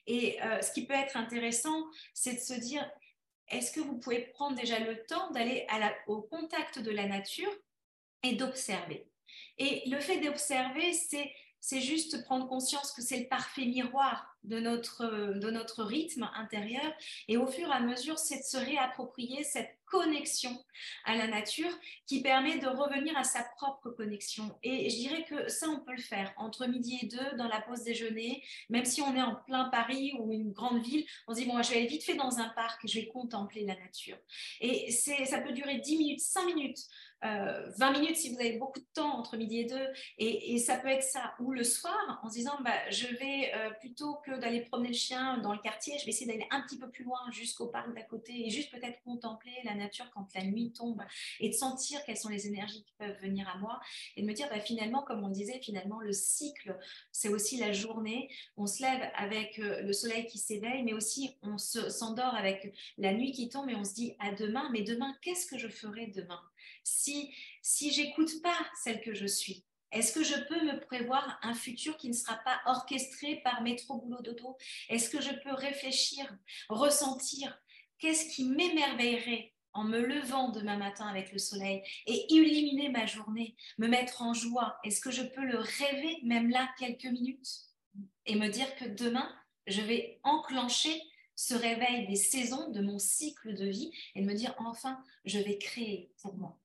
Et euh, ce qui peut être intéressant, c'est de se dire, est-ce que vous pouvez prendre déjà le temps d'aller à la, au contact de la nature et d'observer. Et le fait d'observer, c'est, c'est juste prendre conscience que c'est le parfait miroir de notre, de notre rythme intérieur. Et au fur et à mesure, c'est de se réapproprier cette connexion à la nature qui permet de revenir à sa propre connexion. Et je dirais que ça, on peut le faire entre midi et deux, dans la pause déjeuner, même si on est en plein Paris ou une grande ville, on se dit, bon, je vais aller vite fait dans un parc, je vais contempler la nature. Et c'est, ça peut durer dix minutes, cinq minutes, Euh, vingt minutes si vous avez beaucoup de temps entre midi et deux, et, et ça peut être ça, ou le soir en se disant bah, je vais euh, plutôt que d'aller promener le chien dans le quartier, je vais essayer d'aller un petit peu plus loin jusqu'au parc d'à côté et juste peut-être contempler la nature quand la nuit tombe et de sentir quelles sont les énergies qui peuvent venir à moi et de me dire bah, finalement comme on disait, finalement le cycle c'est aussi la journée, on se lève avec euh, le soleil qui s'éveille mais aussi on se, s'endort avec la nuit qui tombe et on se dit à demain, mais demain qu'est-ce que je ferai demain si, si j'écoute pas celle que je suis? Est-ce que je peux me prévoir un futur qui ne sera pas orchestré par métro, boulot, dodo? Est-ce que je peux réfléchir, ressentir? Qu'est-ce qui m'émerveillerait en me levant demain matin avec le soleil et illuminer ma journée, me mettre en joie? Est-ce que je peux le rêver, même là, quelques minutes? Et me dire que demain, je vais enclencher ce réveil des saisons de mon cycle de vie et de me dire enfin, je vais créer pour moi.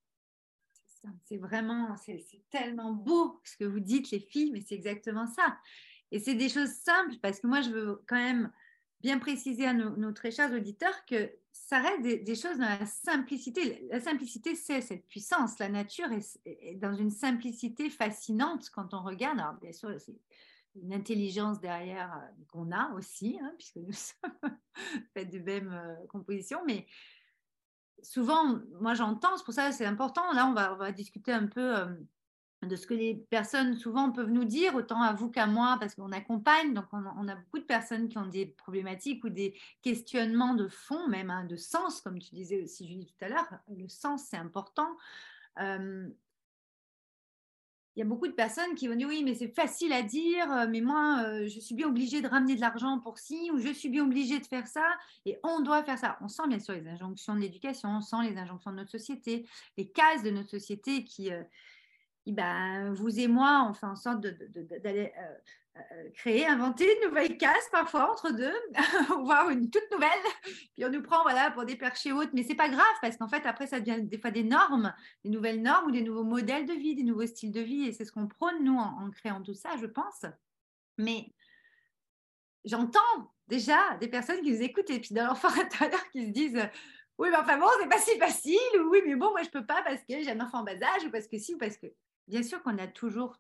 C'est vraiment, c'est, c'est tellement beau ce que vous dites les filles, mais c'est exactement ça. Et c'est des choses simples parce que moi je veux quand même bien préciser à nos, nos très chers auditeurs que ça reste des, des choses dans la simplicité. La simplicité, c'est cette puissance. La nature est, est dans une simplicité fascinante quand on regarde. Alors bien sûr, c'est une intelligence derrière euh, qu'on a aussi, hein, puisque nous sommes faits de même euh, composition, mais souvent, moi j'entends, c'est pour ça que c'est important. Là, on va, on va discuter un peu euh, de ce que les personnes souvent peuvent nous dire, autant à vous qu'à moi, parce qu'on accompagne. Donc, on, on a beaucoup de personnes qui ont des problématiques ou des questionnements de fond, même hein, de sens, comme tu disais aussi, Julie, tout à l'heure. Le sens, c'est important. Euh, il y a beaucoup de personnes qui vont dire oui, mais c'est facile à dire, mais moi, euh, je suis bien obligée de ramener de l'argent pour ci, ou je suis bien obligée de faire ça, et on doit faire ça. On sent bien sûr les injonctions de l'éducation, on sent les injonctions de notre société, les cases de notre société qui, euh, qui ben, vous et moi, on fait en sorte de, de, de, d'aller euh, euh, créer, inventer une nouvelle case parfois entre deux, voire une toute nouvelle, puis on nous prend voilà, pour des perchés hautes, mais c'est pas grave parce qu'en fait après ça devient des fois des normes, des nouvelles normes ou des nouveaux modèles de vie, des nouveaux styles de vie et c'est ce qu'on prône nous en, en créant tout ça je pense, mais j'entends déjà des personnes qui nous écoutent et puis dans leur fort intérieur qui se disent oui mais enfin bon c'est pas si facile ou oui mais bon moi je peux pas parce que j'ai un enfant en bas âge ou parce que si ou parce que bien sûr qu'on a toujours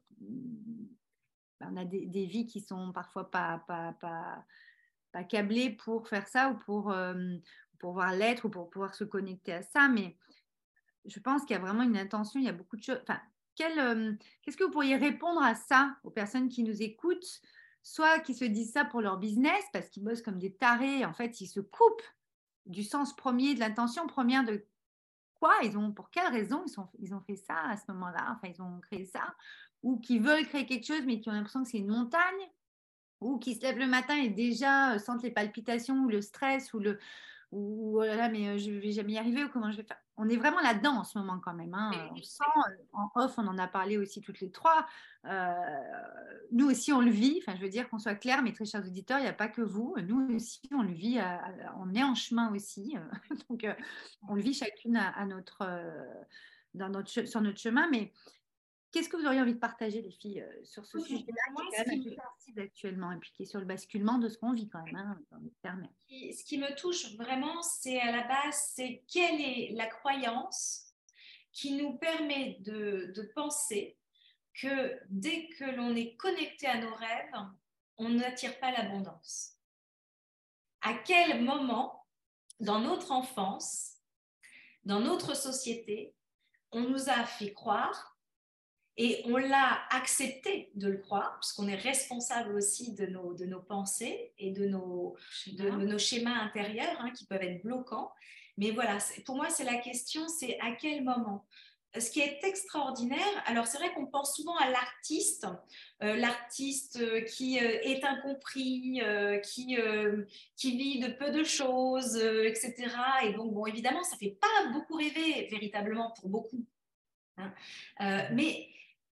on a des, des vies qui sont parfois pas, pas, pas, pas câblées pour faire ça ou pour, euh, pour pouvoir l'être ou pour pouvoir se connecter à ça. Mais je pense qu'il y a vraiment une intention, il y a beaucoup de choses. Enfin, quel, euh, qu'est-ce que vous pourriez répondre à ça aux personnes qui nous écoutent, soit qui se disent ça pour leur business parce qu'ils bossent comme des tarés, en fait, ils se coupent du sens premier, de l'intention première de quoi ils ont, pour quelles raisons ils, sont, ils ont fait ça à ce moment-là, enfin, ils ont créé ça, ou qui veulent créer quelque chose mais qui ont l'impression que c'est une montagne, ou qui se lèvent le matin et déjà euh, sentent les palpitations ou le stress ou le ou oh là là mais euh, je vais jamais y arriver ou comment je vais faire. On est vraiment là-dedans en ce moment quand même. Hein. On sent, euh, en off, on en a parlé aussi toutes les trois. Euh, nous aussi, on le vit. Enfin, je veux dire qu'on soit clair, mes très chers auditeurs, il n'y a pas que vous. Nous aussi, on le vit. À, à, on est en chemin aussi. Donc, euh, on le vit chacune à, à notre, euh, dans notre, sur notre chemin. Mais qu'est-ce que vous auriez envie de partager, les filles, euh, sur ce sujet-là qui est quand même assez sensible actuellement et puis qui est sur le basculement de ce qu'on vit quand même hein, dans les termes. Ce qui me touche vraiment, c'est à la base, c'est quelle est la croyance qui nous permet de, de penser que dès que l'on est connecté à nos rêves, on n'attire pas l'abondance. À quel moment, dans notre enfance, dans notre société, on nous a fait croire et on l'a accepté de le croire, puisqu'on est responsable aussi de nos, de nos pensées et de nos, de, de nos schémas intérieurs hein, qui peuvent être bloquants. Mais voilà, pour moi, c'est la question, c'est à quel moment ce qui est extraordinaire, alors c'est vrai qu'on pense souvent à l'artiste, euh, l'artiste euh, qui euh, est incompris, euh, qui, euh, qui vit de peu de choses, euh, et cetera. Et donc, bon, évidemment, ça ne fait pas beaucoup rêver véritablement pour beaucoup. Hein. Euh, mais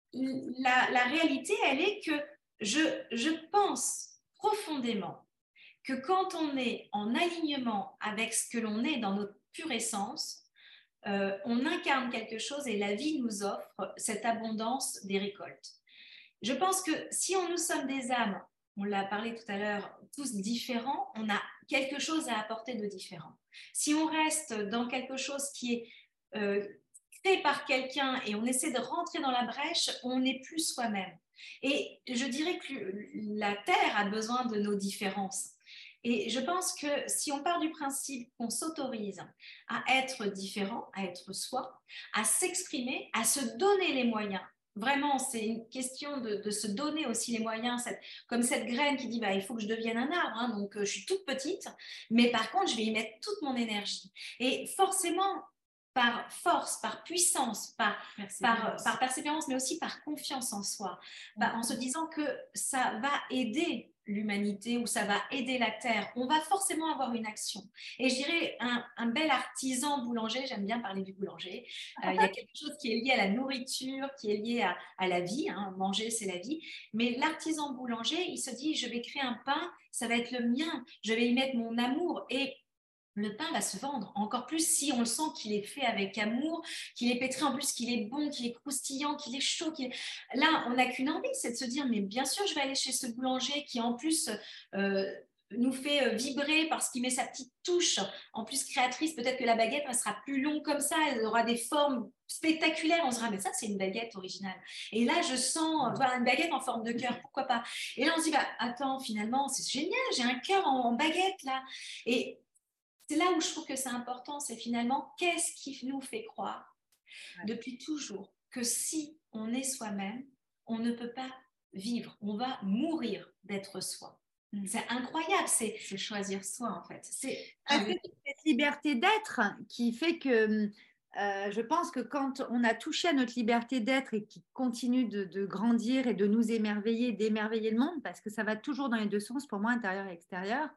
la, la réalité, elle est que je, je pense profondément que quand on est en alignement avec ce que l'on est dans notre pure essence, Euh, on incarne quelque chose et la vie nous offre cette abondance des récoltes. Je pense que si on, nous sommes des âmes, on l'a parlé tout à l'heure, tous différents, on a quelque chose à apporter de différent. Si on reste dans quelque chose qui est euh, créé par quelqu'un et on essaie de rentrer dans la brèche, on n'est plus soi-même. Et je dirais que la Terre a besoin de nos différences. Et je pense que si on part du principe qu'on s'autorise à être différent, à être soi, à s'exprimer, à se donner les moyens, vraiment, c'est une question de, de se donner aussi les moyens, cette, comme cette graine qui dit bah, il faut que je devienne un arbre, hein, donc euh, je suis toute petite, mais par contre, je vais y mettre toute mon énergie. Et forcément, par force, par puissance, par persévérance, par, par persévérance mais aussi par confiance en soi, bah, en se disant que ça va aider l'humanité ou ça va aider la Terre, on va forcément avoir une action. Et je dirais un, un bel artisan boulanger, j'aime bien parler du boulanger, euh, il y a quelque chose qui est lié à la nourriture, qui est lié à, à la vie, hein, manger c'est la vie, mais l'artisan boulanger, il se dit je vais créer un pain, ça va être le mien, je vais y mettre mon amour et le pain va se vendre, encore plus si on le sent qu'il est fait avec amour, qu'il est pétri en plus, qu'il est bon, qu'il est croustillant, qu'il est chaud. Qu'il est... Là, on n'a qu'une envie, c'est de se dire, mais bien sûr, je vais aller chez ce boulanger qui en plus euh, nous fait vibrer parce qu'il met sa petite touche, en plus créatrice. Peut-être que la baguette, elle sera plus longue comme ça, elle aura des formes spectaculaires. On se dira, mais ça, c'est une baguette originale. Et là, je sens voilà, une baguette en forme de cœur, pourquoi pas. Et là, on se dit, bah, attends, finalement, c'est génial, j'ai un cœur en, en baguette, là. Et c'est là où je trouve que c'est important, c'est finalement qu'est-ce qui nous fait croire ouais. depuis toujours que si on est soi-même, on ne peut pas vivre, on va mourir d'être soi. Mmh. C'est incroyable, c'est, c'est choisir soi en fait. C'est cette liberté d'être qui fait que euh, je pense que quand on a touché à notre liberté d'être et qui continue de, de grandir et de nous émerveiller, d'émerveiller le monde, parce que ça va toujours dans les deux sens pour moi, intérieur et extérieur,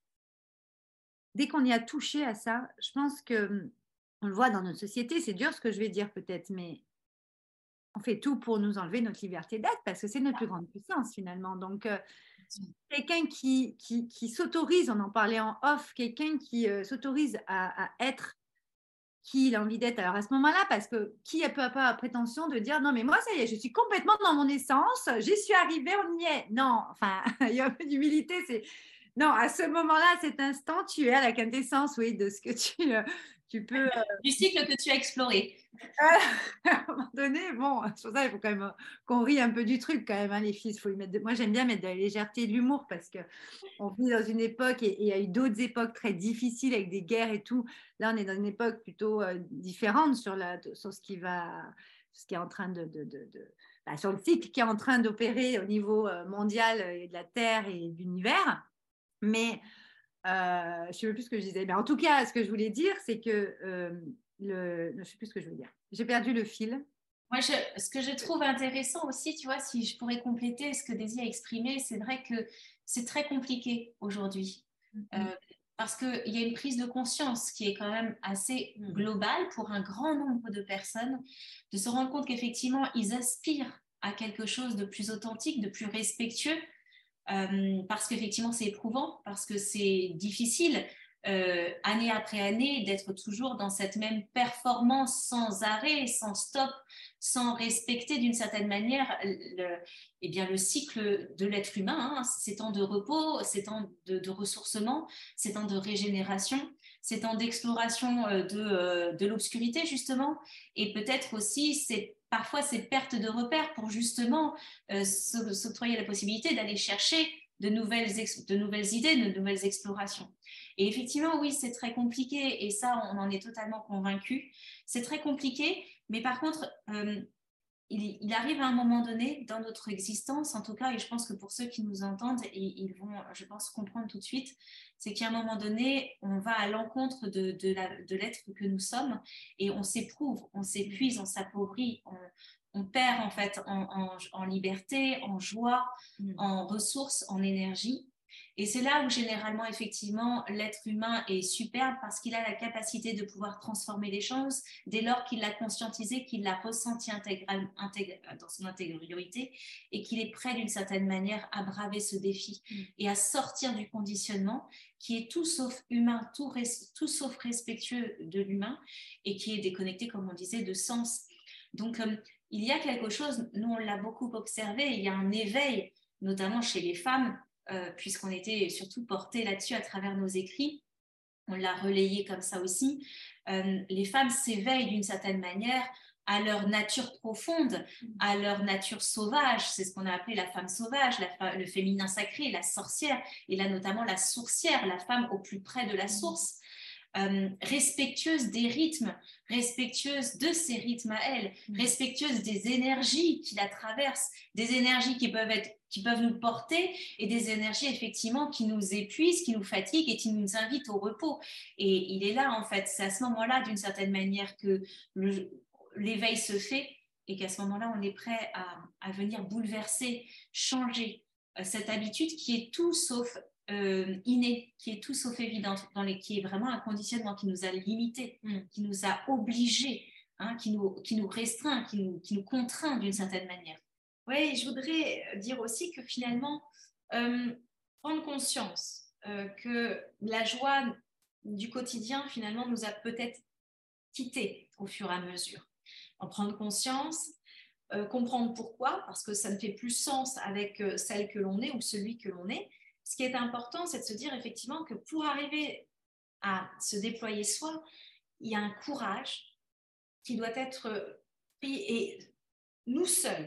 dès qu'on y a touché à ça, je pense que, on le voit dans notre société, c'est dur ce que je vais dire peut-être, mais on fait tout pour nous enlever notre liberté d'être parce que c'est notre plus grande puissance finalement. Donc, euh, quelqu'un qui, qui, qui s'autorise, on en parlait en off, quelqu'un qui euh, s'autorise à, à être qui il a envie d'être. Alors à ce moment-là, parce que qui n'a pas, pas prétention de dire non mais moi ça y est, je suis complètement dans mon essence, j'y suis arrivée, on y est. Non, enfin, il y a un peu d'humilité, c'est... Non, à ce moment-là, à cet instant, tu es à la quintessence, oui, de ce que tu, euh, tu peux... Euh... Du cycle que tu as exploré. à un moment donné, bon, c'est pour ça qu'il faut quand même euh, qu'on rie un peu du truc quand même, hein, les filles. Faut y mettre de... Moi, j'aime bien mettre de la légèreté et de l'humour parce qu'on vit dans une époque et il y a eu d'autres époques très difficiles avec des guerres et tout. Là, on est dans une époque plutôt euh, différente sur, la, sur ce qui va... ce qui est en train de... de, de, de... Bah, sur le cycle qui est en train d'opérer au niveau euh, mondial et de la Terre et de l'univers. Mais euh, je ne sais plus ce que je disais. Mais en tout cas, ce que je voulais dire, c'est que euh, le... je ne sais plus ce que je voulais dire. J'ai perdu le fil. Moi, je, ce que je trouve intéressant aussi, tu vois, si je pourrais compléter ce que Daisy a exprimé, c'est vrai que c'est très compliqué aujourd'hui. Mm-hmm. euh, parce qu'il y a une prise de conscience qui est quand même assez globale pour un grand nombre de personnes, de se rendre compte qu'effectivement, ils aspirent à quelque chose de plus authentique, de plus respectueux, Euh, parce qu'effectivement c'est éprouvant, parce que c'est difficile euh, année après année d'être toujours dans cette même performance sans arrêt, sans stop, sans respecter d'une certaine manière le, eh bien, le cycle de l'être humain, hein, ces temps de repos, ces temps de, de ressourcement, ces temps de régénération, ces temps d'exploration de, de l'obscurité justement, et peut-être aussi c'est parfois ces pertes de repères pour justement euh, s'octroyer la possibilité d'aller chercher de nouvelles, de nouvelles idées, de nouvelles explorations. Et effectivement, oui, c'est très compliqué, et ça, on en est totalement convaincu. C'est très compliqué, mais par contre, euh, il, il arrive à un moment donné dans notre existence, en tout cas, et je pense que pour ceux qui nous entendent, et ils vont, je pense, comprendre tout de suite, c'est qu'à un moment donné, on va à l'encontre de, de, la, de l'être que nous sommes et on s'éprouve, on s'épuise, on s'appauvrit, on, on perd en fait en, en, en liberté, en joie, mmh. en ressources, en énergie. Et c'est là où généralement, effectivement, l'être humain est superbe parce qu'il a la capacité de pouvoir transformer les choses dès lors qu'il l'a conscientisé, qu'il l'a ressenti intégral, intégral, dans son intégralité et qu'il est prêt d'une certaine manière à braver ce défi mmh. et à sortir du conditionnement qui est tout sauf humain, tout, res, tout sauf respectueux de l'humain et qui est déconnecté, comme on disait, de sens. Donc, euh, il y a quelque chose, nous on l'a beaucoup observé, il y a un éveil, notamment chez les femmes, Euh, puisqu'on était surtout porté là-dessus à travers nos écrits, on l'a relayé comme ça aussi, euh, les femmes s'éveillent d'une certaine manière à leur nature profonde, à leur nature sauvage, c'est ce qu'on a appelé la femme sauvage, la, le féminin sacré, la sorcière, et là notamment la sourcière, la femme au plus près de la source, euh, respectueuse des rythmes, respectueuse de ses rythmes à elle, respectueuse des énergies qui la traversent, des énergies qui peuvent être qui peuvent nous porter et des énergies effectivement qui nous épuisent, qui nous fatiguent et qui nous invitent au repos. Et il est là en fait, c'est à ce moment-là d'une certaine manière que le, l'éveil se fait et qu'à ce moment-là on est prêt à, à venir bouleverser, changer euh, cette habitude qui est tout sauf euh, innée, qui est tout sauf évidente, dans les, qui est vraiment un conditionnement qui nous a limités, mm. qui nous a obligés, hein, qui, nous, qui nous restreint, qui nous, qui nous contraint d'une certaine manière. Oui, je voudrais dire aussi que finalement, euh, prendre conscience euh, que la joie du quotidien, finalement, nous a peut-être quittés au fur et à mesure. En prendre conscience, euh, comprendre pourquoi, parce que ça ne fait plus sens avec euh, celle que l'on est ou celui que l'on est. Ce qui est important, c'est de se dire effectivement que pour arriver à se déployer soi, il y a un courage qui doit être pris et nous seuls,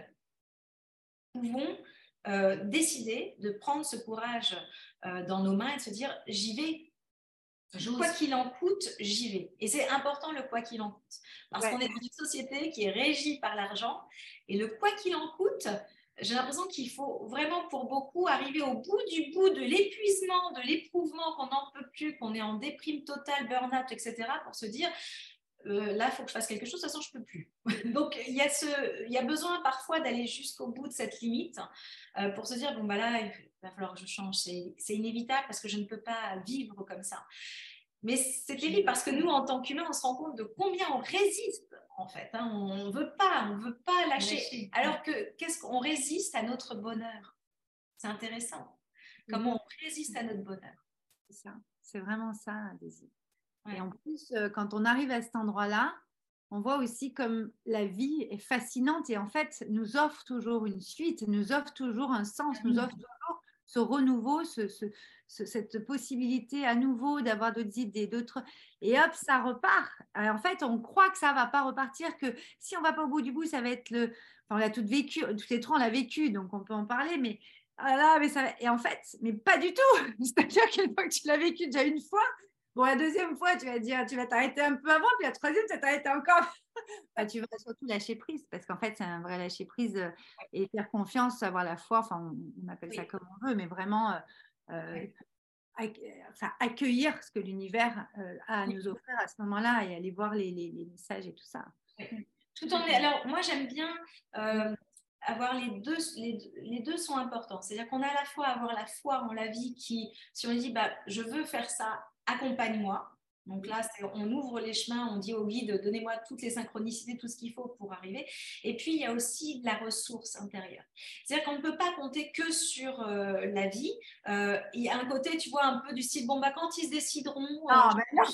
pouvons euh, décider de prendre ce courage euh, dans nos mains et de se dire j'y vais, J'ose. Quoi qu'il en coûte, j'y vais. Et c'est important le quoi qu'il en coûte, parce ouais. qu'on est dans une société qui est régie par l'argent et le quoi qu'il en coûte, j'ai l'impression qu'il faut vraiment pour beaucoup arriver au bout du bout de l'épuisement, de l'éprouvement, qu'on n'en peut plus, qu'on est en déprime totale, burn-out, et cetera pour se dire Euh, là, il faut que je fasse quelque chose, de toute façon, je ne peux plus. Donc, il y, a ce, il y a besoin parfois d'aller jusqu'au bout de cette limite euh, pour se dire, bon, bah là, il va falloir que je change. C'est, c'est inévitable parce que je ne peux pas vivre comme ça. Mais c'est terrible parce que nous, en tant qu'humains, on se rend compte de combien on résiste, en fait. Hein. On ne veut pas, on ne veut pas lâcher. lâcher. Alors que, qu'est-ce qu'on résiste à notre bonheur? C'est intéressant. Comment on résiste à notre bonheur? C'est ça. C'est vraiment ça, Daisy. Et en plus, quand on arrive à cet endroit-là, on voit aussi comme la vie est fascinante et en fait nous offre toujours une suite, nous offre toujours un sens, nous offre toujours ce renouveau, ce, ce, ce, cette possibilité à nouveau d'avoir d'autres idées, d'autres... Et hop, ça repart. Alors, en fait, on croit que ça ne va pas repartir, que si on ne va pas au bout du bout, ça va être le... Enfin, on l'a tout vécu, toutes les trois, on l'a vécu, donc on peut en parler, mais... Ah là, mais ça... Et en fait, mais pas du tout. C'est-à-dire qu'une fois que tu l'as vécu déjà une fois, bon, la deuxième fois, tu vas dire, tu vas t'arrêter un peu avant, puis la troisième, tu vas t'arrêter encore. Enfin, tu vas surtout lâcher prise, parce qu'en fait, c'est un vrai lâcher prise euh, et faire confiance, avoir la foi, enfin, on, on appelle oui. ça comme on veut, mais vraiment euh, euh, ac- enfin, accueillir ce que l'univers euh, a à nous offrir à ce moment-là et aller voir les, les, les messages et tout ça. Oui. Tout en... Alors, moi, j'aime bien euh, avoir les deux, les, les deux sont importants. C'est-à-dire qu'on a à la fois avoir la foi en la vie qui, si on dit, bah, je veux faire ça, accompagne-moi. Donc là, c'est, on ouvre les chemins, on dit au guide, donnez-moi toutes les synchronicités, tout ce qu'il faut pour arriver. Et puis, il y a aussi de la ressource intérieure. C'est-à-dire qu'on ne peut pas compter que sur euh, la vie. Euh, il y a un côté, tu vois, un peu du style, bon, bah, quand ils se décideront... Ah, euh, ben non.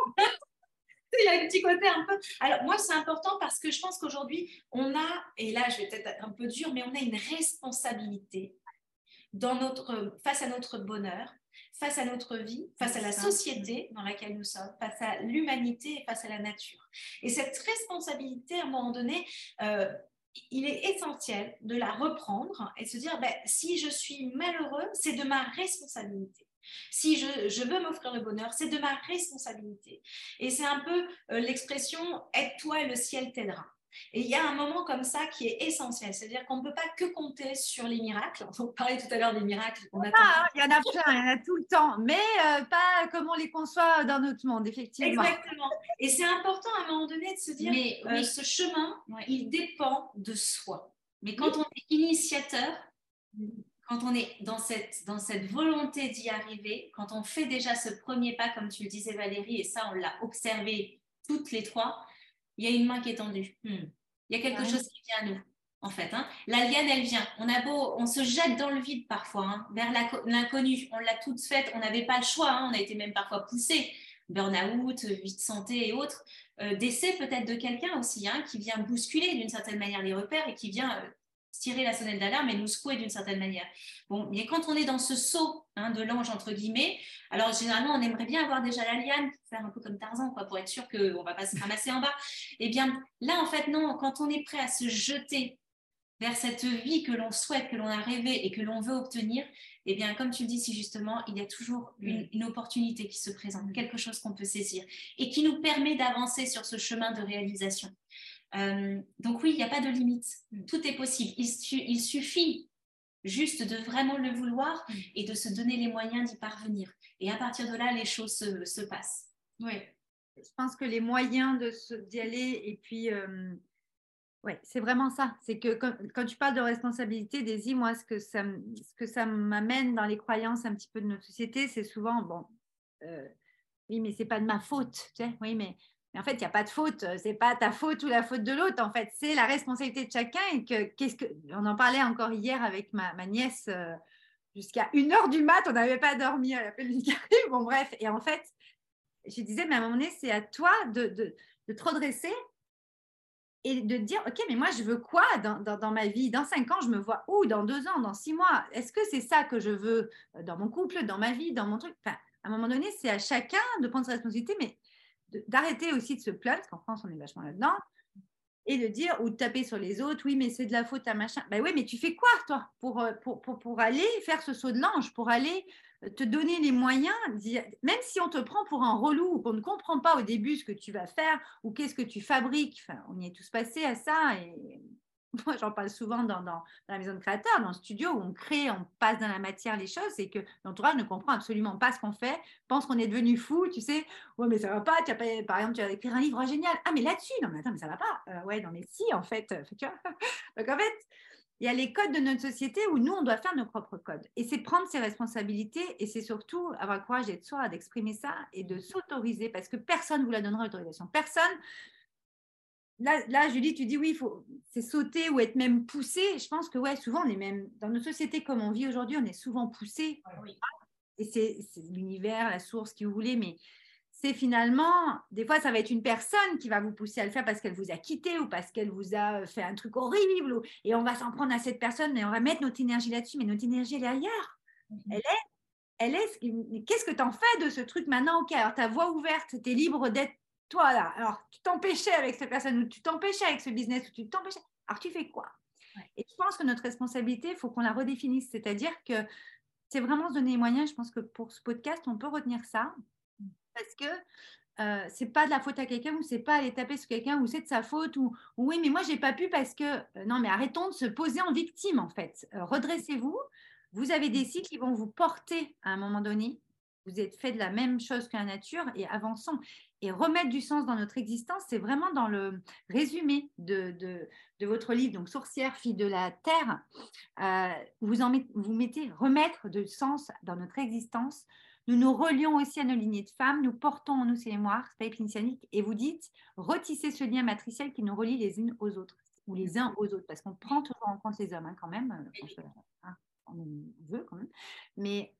Il y a un petit côté un peu... Alors, moi, c'est important parce que je pense qu'aujourd'hui, on a, et là, je vais peut-être être un peu dure, mais on a une responsabilité dans notre, face à notre bonheur, face à notre vie, face à la société dans laquelle nous sommes, face à l'humanité et face à la nature. Et cette responsabilité, à un moment donné, euh, il est essentiel de la reprendre et de se dire, ben, si je suis malheureux, c'est de ma responsabilité. Si je, je veux m'offrir le bonheur, c'est de ma responsabilité. Et c'est un peu euh, l'expression « aide-toi et le ciel t'aidera ». Et il y a un moment comme ça qui est essentiel, c'est-à-dire qu'on ne peut pas que compter sur les miracles. On parlait tout à l'heure des miracles. On attend. Ah, il y en a plein, il y en a tout le temps, mais euh, pas comme on les conçoit dans notre monde, effectivement. Exactement. Et c'est important à un moment donné de se dire, Mais, euh, oui. ce chemin, Ouais. il dépend de soi. Mais quand Oui. on est initiateur, quand on est dans cette, dans cette volonté d'y arriver, quand on fait déjà ce premier pas, comme tu le disais Valérie, et ça on l'a observé toutes les trois, il y a une main qui est tendue. Hmm. Il y a quelque Ouais. chose qui vient à nous, en fait. Hein. La liane, elle vient. On a beau, on se jette dans le vide parfois, hein, vers l'inconnu. On l'a toute faite, on n'avait pas le choix, hein, on a été même parfois poussé. Burn-out, vie de santé et autres. Euh, décès peut-être de quelqu'un aussi, hein, qui vient bousculer d'une certaine manière les repères et qui vient... Euh, tirer la sonnette d'alarme et nous secouer d'une certaine manière. Bon, mais quand on est dans ce saut hein, de l'ange, entre guillemets, alors généralement, on aimerait bien avoir déjà la liane pour faire un peu comme Tarzan, quoi, pour être sûr qu'on ne va pas se ramasser en bas. Eh bien, là, en fait, non, quand on est prêt à se jeter vers cette vie que l'on souhaite, que l'on a rêvé et que l'on veut obtenir, eh bien, comme tu le dis si justement, il y a toujours une, une opportunité qui se présente, quelque chose qu'on peut saisir et qui nous permet d'avancer sur ce chemin de réalisation. Euh, donc oui, il n'y a pas de limite, tout est possible. Il, su il suffit juste de vraiment le vouloir et de se donner les moyens d'y parvenir. Et à partir de là, les choses se, se passent. Oui, je pense que les moyens d'y aller, et puis, euh, ouais, c'est vraiment ça. C'est que quand, quand tu parles de responsabilité, Daisy, moi, ce que ça, ce que ça m'amène dans les croyances un petit peu de notre société, c'est souvent, bon, euh, oui, mais c'est pas de ma faute, tu sais, oui, mais... Mais en fait, il n'y a pas de faute, c'est pas ta faute ou la faute de l'autre. En fait, c'est la responsabilité de chacun. Et que, qu'est-ce que, on en parlait encore hier avec ma, ma nièce, euh, jusqu'à une heure du mat, on n'avait pas dormi, elle appelle le carré. Bon, bref. Et en fait, je disais, mais à un moment donné, c'est à toi de, de, de te redresser et de dire, OK, mais moi, je veux quoi dans, dans, dans ma vie? Dans cinq ans, je me vois où? Dans deux ans, dans six mois? Est-ce que c'est ça que je veux dans mon couple, dans ma vie, dans mon truc? Enfin, à un moment donné, c'est à chacun de prendre sa responsabilité, mais d'arrêter aussi de se plaindre, parce qu'en France, on est vachement là-dedans, et de dire, ou de taper sur les autres, oui, mais c'est de la faute à machin. Ben oui, mais tu fais quoi, toi, pour, pour, pour, pour aller faire ce saut de l'ange, pour aller te donner les moyens, même si on te prend pour un relou, ou qu'on ne comprend pas au début ce que tu vas faire, ou qu'est-ce que tu fabriques, enfin, on y est tous passés à ça, et moi, j'en parle souvent dans, dans, dans la maison de créateur, dans le studio où on crée, on passe dans la matière les choses, c'est que l'entourage ne comprend absolument pas ce qu'on fait, pense qu'on est devenu fou, tu sais, ouais, mais ça va pas, tu as pas, par exemple, tu vas écrire un livre génial, ah, mais là-dessus, non, mais attends, mais ça va pas, euh, ouais, non, mais si, en fait, tu vois, donc en fait, il y a les codes de notre société où nous, on doit faire nos propres codes, et c'est prendre ses responsabilités, et c'est surtout avoir le courage d'être soi, d'exprimer ça, et de s'autoriser, parce que personne ne vous la donnera l'autorisation, personne. Là, là, Julie, tu dis oui, faut, c'est sauter ou être même poussé. Je pense que ouais, souvent, on est même dans nos sociétés comme on vit aujourd'hui, on est souvent poussé. Oui. Et c'est, c'est l'univers, la source, qui vous voulez, mais c'est finalement, des fois, ça va être une personne qui va vous pousser à le faire parce qu'elle vous a quitté ou parce qu'elle vous a fait un truc horrible. Et on va s'en prendre à cette personne et on va mettre notre énergie là-dessus, mais notre énergie, elle est ailleurs. Mm-hmm. Elle est, elle est, qu'est-ce que tu en fais de ce truc maintenant? Ok, alors ta voix ouverte, tu es libre d'être toi là, alors tu t'empêchais avec cette personne ou tu t'empêchais avec ce business ou tu t'empêchais, alors tu fais quoi? Ouais. Et je pense que notre responsabilité, il faut qu'on la redéfinisse, c'est-à-dire que c'est vraiment se donner les moyens. Je pense que pour ce podcast, on peut retenir ça parce que euh, c'est pas de la faute à quelqu'un ou c'est pas aller taper sur quelqu'un ou c'est de sa faute ou, ou oui mais moi j'ai pas pu parce que euh, non mais arrêtons de se poser en victime en fait. Euh, redressez-vous, vous avez des cycles qui vont vous porter à un moment donné. Vous êtes fait de la même chose que la nature et avançons. Et remettre du sens dans notre existence, c'est vraiment dans le résumé de, de, de votre livre, donc Sorcière, fille de la Terre. Euh, vous, en met, vous mettez remettre du sens dans notre existence. Nous nous relions aussi à nos lignées de femmes, nous portons en nous ces mémoires, Spike initianique, et vous dites retisser ce lien matriciel qui nous relie les unes aux autres, ou les uns aux autres, parce qu'on prend toujours en compte les hommes hein, quand même, hein, on veut quand même, mais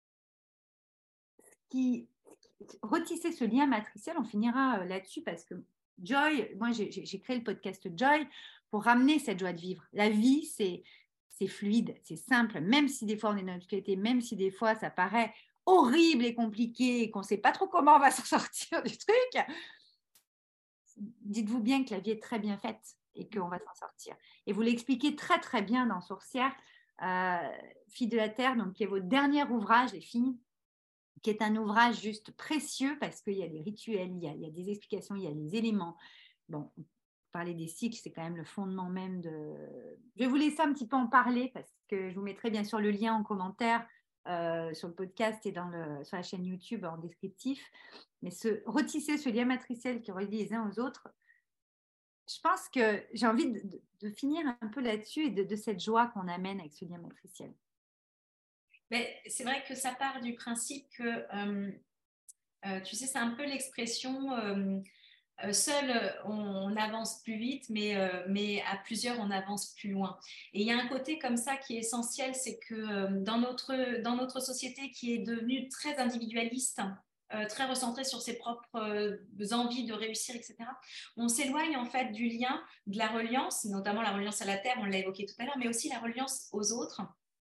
qui retisser ce lien matriciel, on finira là-dessus parce que Joy, moi j'ai, j'ai créé le podcast Joy pour ramener cette joie de vivre. La vie, c'est, c'est fluide, c'est simple, même si des fois on est dans notre qualité, même si des fois ça paraît horrible et compliqué et qu'on ne sait pas trop comment on va s'en sortir du truc, dites-vous bien que la vie est très bien faite et qu'on va s'en sortir. Et vous l'expliquez très très bien dans Sorcière, euh, Fille de la Terre, donc qui est votre dernier ouvrage, les filles, qui est un ouvrage juste précieux parce qu'il y a des rituels, il y a, il y a des explications, il y a des éléments. Bon, parler des cycles, c'est quand même le fondement même de… Je vais vous laisser un petit peu en parler parce que je vous mettrai bien sûr le lien en commentaire euh, sur le podcast et dans le, sur la chaîne YouTube en descriptif. Mais ce, retisser ce lien matriciel qui relie les uns aux autres, je pense que j'ai envie de, de, de finir un peu là-dessus et de, de cette joie qu'on amène avec ce lien matriciel. Mais c'est vrai que ça part du principe que, euh, euh, tu sais, c'est un peu l'expression euh, euh, seul on, on avance plus vite, mais, euh, mais à plusieurs on avance plus loin. Et il y a un côté comme ça qui est essentiel, c'est que euh, dans, notre, dans notre société qui est devenue très individualiste, Euh, très recentré sur ses propres euh, envies de réussir, et cetera. On s'éloigne en fait du lien, de la reliance, notamment la reliance à la terre, on l'a évoqué tout à l'heure, mais aussi la reliance aux autres.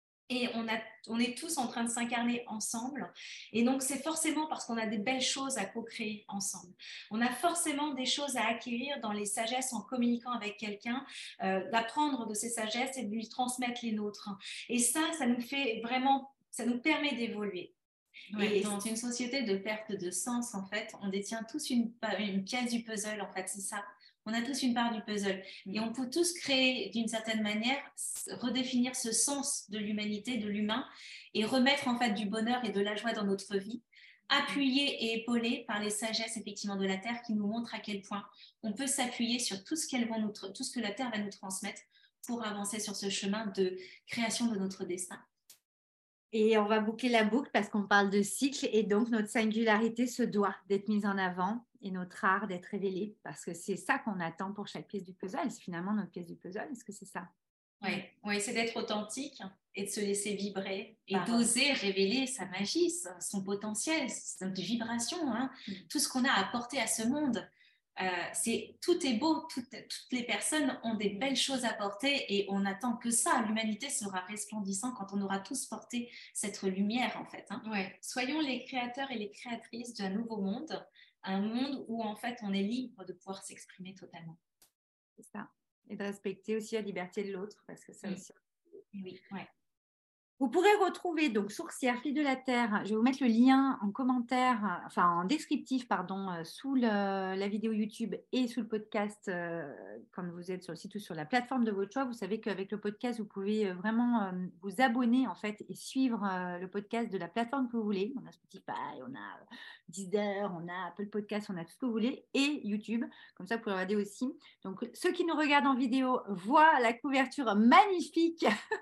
Et on, a, on est tous en train de s'incarner ensemble. Et donc, c'est forcément parce qu'on a des belles choses à co-créer ensemble. On a forcément des choses à acquérir dans les sagesses en communiquant avec quelqu'un, euh, d'apprendre de ces sagesses et de lui transmettre les nôtres. Et ça, ça nous fait vraiment, ça nous permet d'évoluer. Ouais, et dans une société de perte de sens, en fait, on détient tous une, une pièce du puzzle, en fait, c'est ça. On a tous une part du puzzle. Et on peut tous créer, d'une certaine manière, redéfinir ce sens de l'humanité, de l'humain, et remettre, en fait, du bonheur et de la joie dans notre vie, appuyé et épaulé par les sagesses, effectivement, de la Terre qui nous montrent à quel point on peut s'appuyer sur tout ce, qu'elles vont nous, tout ce que la Terre va nous transmettre pour avancer sur ce chemin de création de notre destin. Et on va boucler la boucle parce qu'on parle de cycle et donc notre singularité se doit d'être mise en avant et notre art d'être révélé parce que c'est ça qu'on attend pour chaque pièce du puzzle. C'est finalement notre pièce du puzzle. Est-ce que c'est ça? Oui, ouais, c'est d'être authentique et de se laisser vibrer et Par d'oser révéler sa magie, son potentiel, cette vibration, hein, mm. tout ce qu'on a à apporter à ce monde. Euh, c'est, tout est beau, tout, toutes les personnes ont des belles choses à porter et on n'attend que ça. L'humanité sera resplendissante quand on aura tous porté cette lumière en fait. Hein. Ouais. Soyons les créateurs et les créatrices d'un nouveau monde, un monde où en fait on est libre de pouvoir s'exprimer totalement. C'est ça. Et de respecter aussi la liberté de l'autre parce que ça mmh. aussi. Oui, ouais. Vous pourrez retrouver donc Sourcière, Fille de la Terre. Je vais vous mettre le lien en commentaire, enfin en descriptif, pardon, euh, sous le, la vidéo YouTube et sous le podcast euh, quand vous êtes sur le site ou sur la plateforme de votre choix. Vous savez qu'avec le podcast, vous pouvez vraiment euh, vous abonner en fait et suivre euh, le podcast de la plateforme que vous voulez. On a Spotify, on a Deezer, on a Apple Podcast, on a tout ce que vous voulez et YouTube. Comme ça, vous pouvez regarder aussi. Donc, ceux qui nous regardent en vidéo voient la couverture magnifique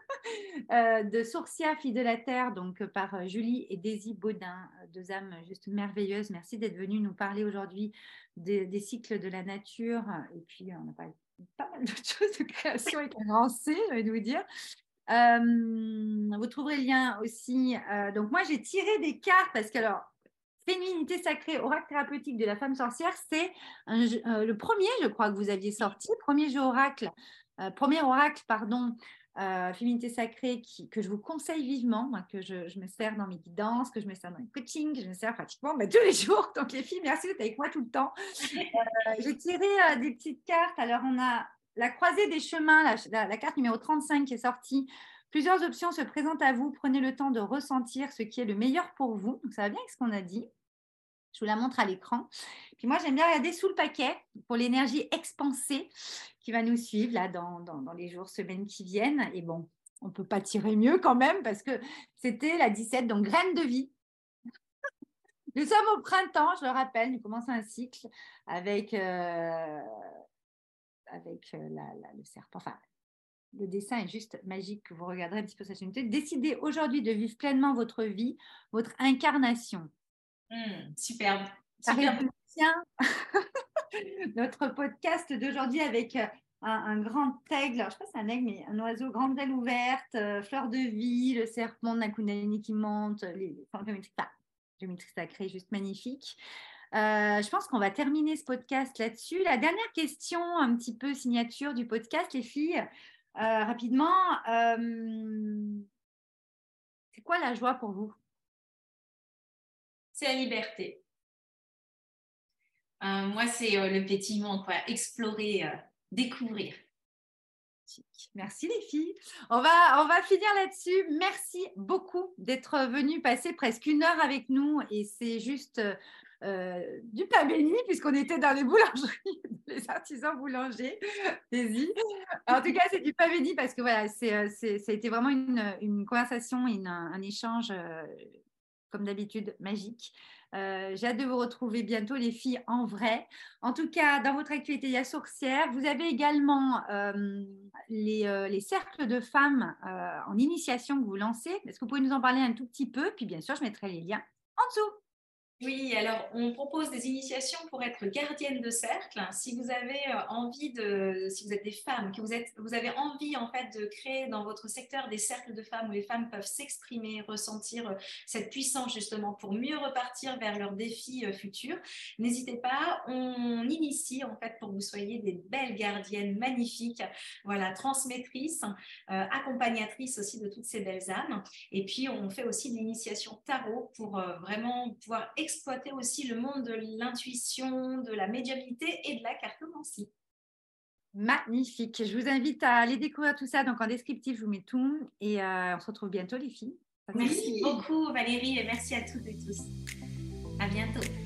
euh, de Sourcia, Fille de la Terre, donc euh, par euh, Julie et Daisy Baudin, euh, deux âmes juste merveilleuses. Merci d'être venues nous parler aujourd'hui des, des cycles de la nature. Et puis, on a parlé pas mal d'autres choses de création avec un grand C, je vais vous dire. Euh, vous trouverez le lien aussi. Euh, donc, moi, j'ai tiré des cartes parce que, alors, Féminité sacrée, oracle thérapeutique de la femme sorcière, c'est un, euh, le premier, je crois, que vous aviez sorti, premier jeu oracle, euh, premier oracle, pardon, euh, Féminité sacrée, qui, que je vous conseille vivement, moi, que je, je me sers dans mes guidances, que je me sers dans les coachings, que je me sers pratiquement bah, tous les jours. Donc, les filles, merci d'être avec moi tout le temps. Euh, j'ai tiré euh, des petites cartes. Alors, on a la croisée des chemins, la, la, la carte numéro trente-cinq qui est sortie. Plusieurs options se présentent à vous. Prenez le temps de ressentir ce qui est le meilleur pour vous. Donc, ça va bien avec ce qu'on a dit. Je vous la montre à l'écran. Puis moi, j'aime bien regarder sous le paquet pour l'énergie expansée qui va nous suivre là dans, dans, dans les jours, semaines qui viennent. Et bon, on ne peut pas tirer mieux quand même parce que c'était la dix-sept, donc graine de vie. Nous sommes au printemps, je le rappelle, nous commençons un cycle avec, euh, avec euh, la, la, le serpent. Enfin, le dessin est juste magique que vous regarderez un petit peu cette chaîne. Décidez aujourd'hui de vivre pleinement votre vie, votre incarnation. Mmh, superbe. Superbe. Notre podcast d'aujourd'hui avec un, un grand aigle, alors, je ne sais pas si c'est un aigle, mais un oiseau, grande aile ouverte, euh, fleur de vie, le serpent de la Kundalini qui monte, les formes géométriques, enfin, géométrie sacrée, juste magnifique. Euh, je pense qu'on va terminer ce podcast là-dessus. La dernière question, un petit peu signature du podcast, les filles, euh, rapidement, euh, c'est quoi la joie pour vous? C'est la liberté. Euh, moi, c'est euh, le pétillement, quoi. Explorer, euh, découvrir. Merci les filles. On va, on va finir là-dessus. Merci beaucoup d'être venues passer presque une heure avec nous et c'est juste euh, du pain béni, puisqu'on était dans les boulangeries, les artisans boulangers, Daisy. En tout cas, c'est du pain béni parce que voilà, c'est, c'est, ça a été vraiment une, une conversation, une, un échange, euh, comme d'habitude, magique. Euh, j'ai hâte de vous retrouver bientôt, les filles, en vrai. En tout cas, dans votre actualité, il y a Sourcière. Vous avez également euh, les, euh, les cercles de femmes euh, en initiation que vous lancez. Est-ce que vous pouvez nous en parler un tout petit peu? Puis bien sûr, je mettrai les liens en dessous. Oui, alors on propose des initiations pour être gardienne de cercle. Si vous avez envie de, si vous êtes des femmes, que vous êtes, vous avez envie en fait de créer dans votre secteur des cercles de femmes où les femmes peuvent s'exprimer, ressentir cette puissance justement pour mieux repartir vers leurs défis futurs, n'hésitez pas. On initie en fait pour que vous soyez des belles gardiennes magnifiques, voilà, transmettrices, euh, accompagnatrices aussi de toutes ces belles âmes. Et puis on fait aussi de l'initiation tarot pour euh, vraiment pouvoir exploiter aussi le monde de l'intuition, de la médiumnité et de la cartomancie. Magnifique. Je vous invite à aller découvrir tout ça. Donc, en descriptif, je vous mets tout. Et euh, on se retrouve bientôt, les filles. Merci beaucoup, Valérie, et merci à toutes et tous. À bientôt.